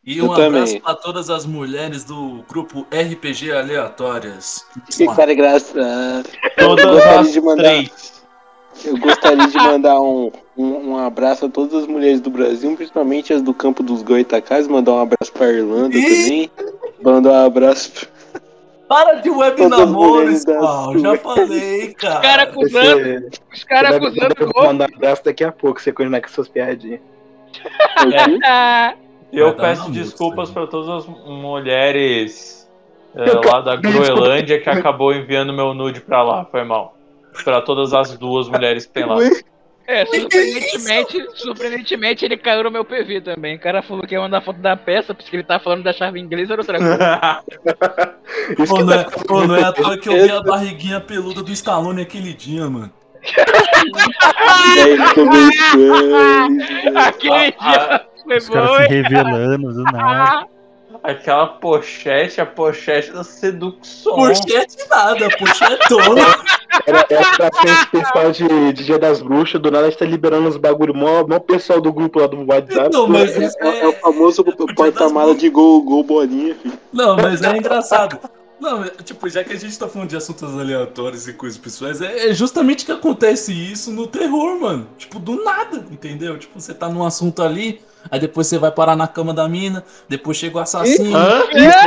E um Eu abraço também. pra todas as mulheres do grupo R P G Aleatórias. Que cara engraçado. Todas Eu gostaria as de mandar- três. Eu gostaria de mandar um, um, um abraço a todas as mulheres do Brasil, principalmente as do Campo dos Goitacazes, mandar um abraço pra Irlanda também. Mandar um abraço Para de web Todas as namoro, mulheres da Spawn. sua. Já falei, Os cara. caras acusando, Você, os caras você vai acusando o eu vou golpe. mandar um abraço daqui a pouco, você continuar com suas piadinhas. Ah, Eu Vai dar peço namoro, desculpas isso para todas as mulheres eh, Eu lá da peço Groenlândia que acabou enviando meu nude pra lá, foi mal. Pra todas as duas mulheres que tem lá. é, surpreendentemente, surpreendentemente ele caiu no meu P V também. O cara falou que ia mandar foto da peça, porque ele tava falando da chave inglesa, era outra coisa. Isso Pô, que não é, tá pô, não é à toa que eu vi a barriguinha peluda do Stallone aquele dia, mano. Velho, comentando. Aquele dia foi Os caras bom, se hein? revelando do nada. Aquela pochete, a pochete da sedução. Pochete nada, pochetona. Era, era pra ser especial de, de Dia das Bruxas, do nada a gente tá liberando uns bagulho mó, mó pessoal do grupo lá do WhatsApp. Não, mas isso É, é o é. famoso Dia das porta-mala de gol, gol bolinha, filho. Não, mas é engraçado. Não, é- tipo, já que a gente tá falando de assuntos aleatórios e coisas pessoais, é é justamente que acontece isso no terror, mano. Tipo, do nada, entendeu? Tipo, você tá num assunto ali, aí depois você vai parar na cama da mina, depois chega o assassino. Hã?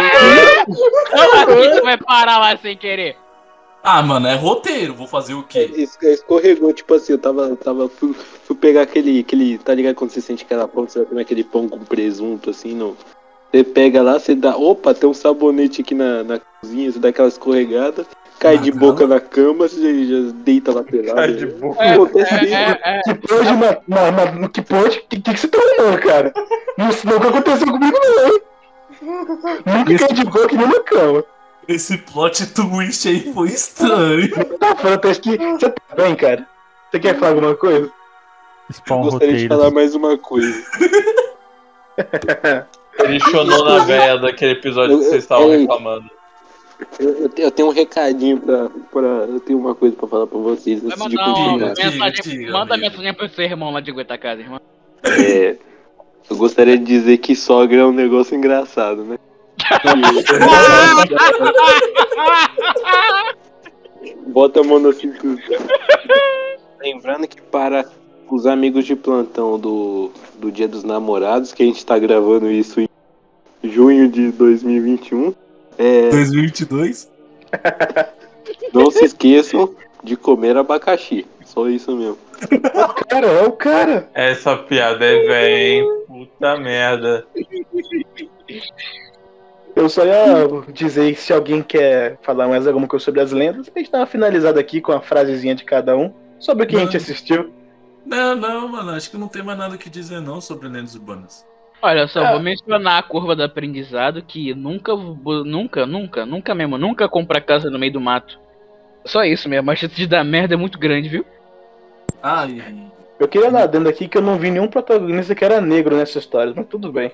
Como que vai parar lá sem querer? Ah, mano, é roteiro, vou fazer o quê? Es- Escorregou, tipo assim, eu tava, eu tava fui, fui pegar aquele, aquele, tá ligado quando você sente aquela pão, você vai comer aquele pão com presunto, assim, não. Você pega lá, você dá, opa, tem um sabonete aqui na, na cozinha, você dá aquela escorregada, cai Na de cama? boca na cama, você já deita lá pelado. Cai de boca. É, Acontece isso. é, é, é. Que pode, mas, mas, mas que pode? O que, que, que você tá olhando, cara? Isso nunca aconteceu comigo, não, hein? Nunca caí de boca nem na cama. Esse plot twist aí foi estranho. Tá falando, acho que. Você tá bem, cara? Você quer falar alguma coisa? Spawn Gostaria de roteiro. falar mais uma coisa. Ele chonou na veia daquele episódio que vocês estavam Ei. reclamando. Eu, eu tenho, eu tenho um recadinho pra, pra. Eu tenho uma coisa pra falar pra vocês Vai antes de mandar uma continuar. Diga, mensagem, diga, manda amigo. mensagem pro seu irmão lá de Goitacazes, irmão. É, eu gostaria de dizer que sogra é um negócio engraçado, né? Bota a mão na cintura. Lembrando que para os amigos de plantão do, do Dia dos Namorados, que a gente tá gravando isso em junho de dois mil e vinte e um, é, dois mil e vinte e dois? não se esqueçam de comer abacaxi. Só isso mesmo. Cara, é o cara. Essa piada é velha, hein? Puta merda. Eu só ia dizer que se alguém quer falar mais alguma coisa sobre as lendas, a gente dá uma finalizada aqui com a frasezinha de cada um sobre o que a gente Não. assistiu. Não, não, mano, acho que não tem mais nada o que dizer não sobre lendas urbanas. Olha, eu só É. vou mencionar a curva do aprendizado que nunca, vou- nunca, nunca, nunca mesmo, nunca comprar casa no meio do mato. Só isso mesmo, a chance de dar merda é muito grande, viu? Ah, e... Eu queria dar dentro aqui que eu não vi nenhum protagonista que era negro nessa história, mas tudo bem.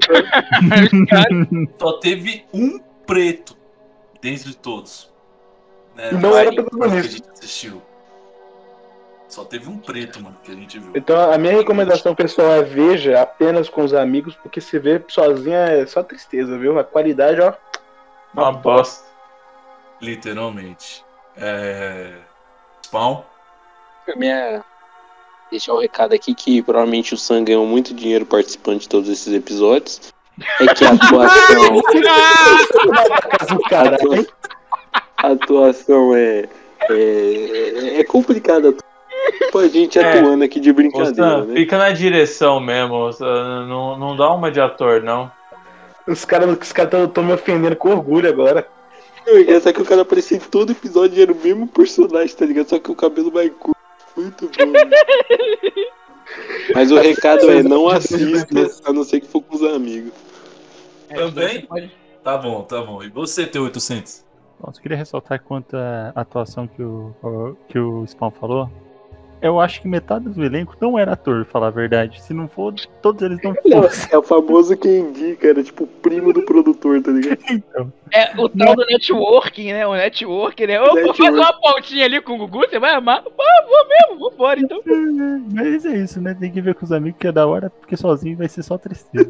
Só teve um preto dentre todos. Né, E não das era coisas protagonista. que a gente assistiu. Só teve um preto, mano, que a gente viu. Então a minha recomendação pessoal é veja apenas com os amigos, porque se ver sozinho é só tristeza, viu? A qualidade, ó. Uma bosta. Literalmente. É... Spawn? Minha... Deixar um recado aqui que provavelmente o Sam ganhou muito dinheiro participando de todos esses episódios. É que a atuação. Casa do caralho. A atuação é. É, é complicada. Pô, a gente É. atuando aqui de Ô, brincadeira, Sam, né? fica na direção mesmo. Sam, Não, não dá uma de ator, não. Os caras os cara estão me ofendendo com orgulho agora. Essa que o cara aparecia em todo episódio e era o mesmo personagem, tá ligado? Só que o cabelo mais curto. Muito bom. Né? Mas o recado é: não assista, a não ser que for com os amigos. É, Também? você pode- Tá bom, tá bom. E você, T oitocentos? Bom, só queria ressaltar quanto à atuação que o, o- que o Spawn falou. Eu acho que metade do elenco não era ator, pra falar a verdade. Se não for, todos eles não Não, fossem. é o famoso quem indica, era tipo o primo do produtor, tá ligado? Então, É o tal do networking, né? O networking, né? Ô, vou Network. fazer uma pontinha ali com o Gugu, você vai amar? Ah, vou mesmo, vambora então. mas é isso, né? Tem que ver com os amigos que é da hora, porque sozinho vai ser só tristeza.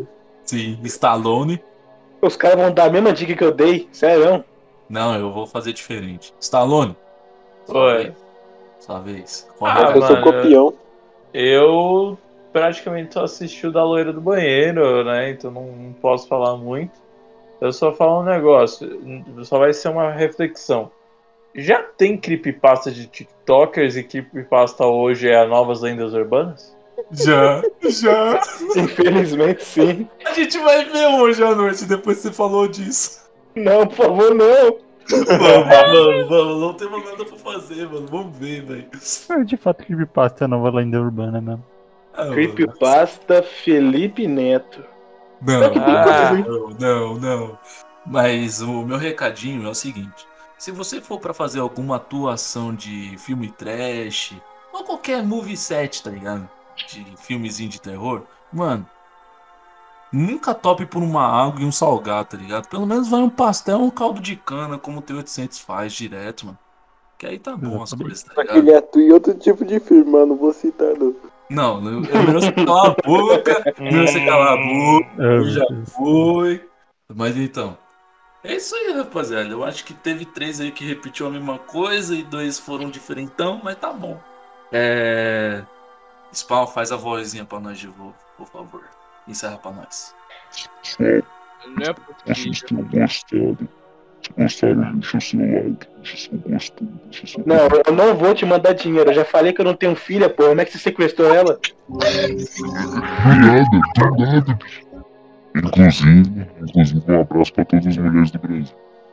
Sim, Stallone. Os caras vão dar a mesma dica que eu dei, sério? Não, eu vou fazer diferente. Stallone. Sua Oi. vez. Sua vez. Ah, Correto. Eu sou mano, copião. Eu praticamente só assisti o da loira do banheiro, né? Então não, não posso falar muito. Eu só falo um negócio, só vai ser uma reflexão. Já tem creepypasta de TikTokers e creepypasta hoje é a Novas Lendas Urbanas? Já, já. Infelizmente, sim. A gente vai ver hoje à noite, depois que você falou disso. Não, por favor, não. Vamos, vamos, vamos. Não temos nada pra fazer, mano. Vamos ver, velho. É, de fato, Creepypasta é a nova lenda urbana mesmo. Ah, mano. Creepypasta Felipe Neto. Não, Ah. não, não, não. Mas o meu recadinho é o seguinte: se você for pra fazer alguma atuação de filme trash, ou qualquer movie set, tá ligado? De filmezinho de terror, mano, nunca tope por uma água e um salgado, tá ligado? Pelo menos vai um pastel ou um caldo de cana, como o T oitocentos faz direto, mano. Que aí tá bom as coisas, tá ligado? Aquele ato e outro tipo de filme, mano. Não vou citar, não. Não, eu- é melhor você calar a boca, é melhor você calar a boca. É, Já meu Deus. foi. Mas então. É isso aí, rapaziada. Eu acho que teve três aí que repetiu a mesma coisa e dois foram diferentão, mas tá bom. É. Spawn, faz a vozinha pra nós de novo, por favor. Encerra pra nós. Pessoal, Não é vocês possível. tenham gostado. Se gostaram, deixa o seu like, deixa seu gostei, deixa seu Não, eu não vou te mandar dinheiro. Eu já falei que eu não tenho filha, pô. Como é que você sequestrou ela? nada, do nada, bicho. Inclusive, inclusive, um abraço pra todas as mulheres do Brasil.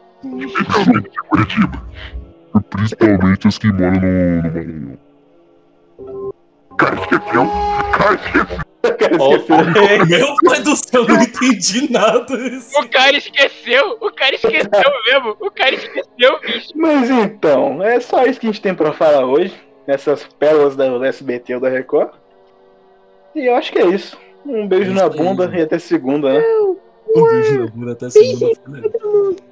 E principalmente as que moram no, no Maranhão. Cara, esqueceu? Cara, esqueceu? Cara, Ó, esqueceu. Meu pai do céu, eu não entendi nada. Isso. O cara esqueceu! O cara esqueceu mesmo! O cara esqueceu, bicho! Mas então, é só isso que a gente tem pra falar hoje. Essas pérolas da do S B T ou da Record. E eu acho que é isso. Um beijo É na isso aí, bunda mano. e até segunda, né? Um beijo na bunda até segunda-feira.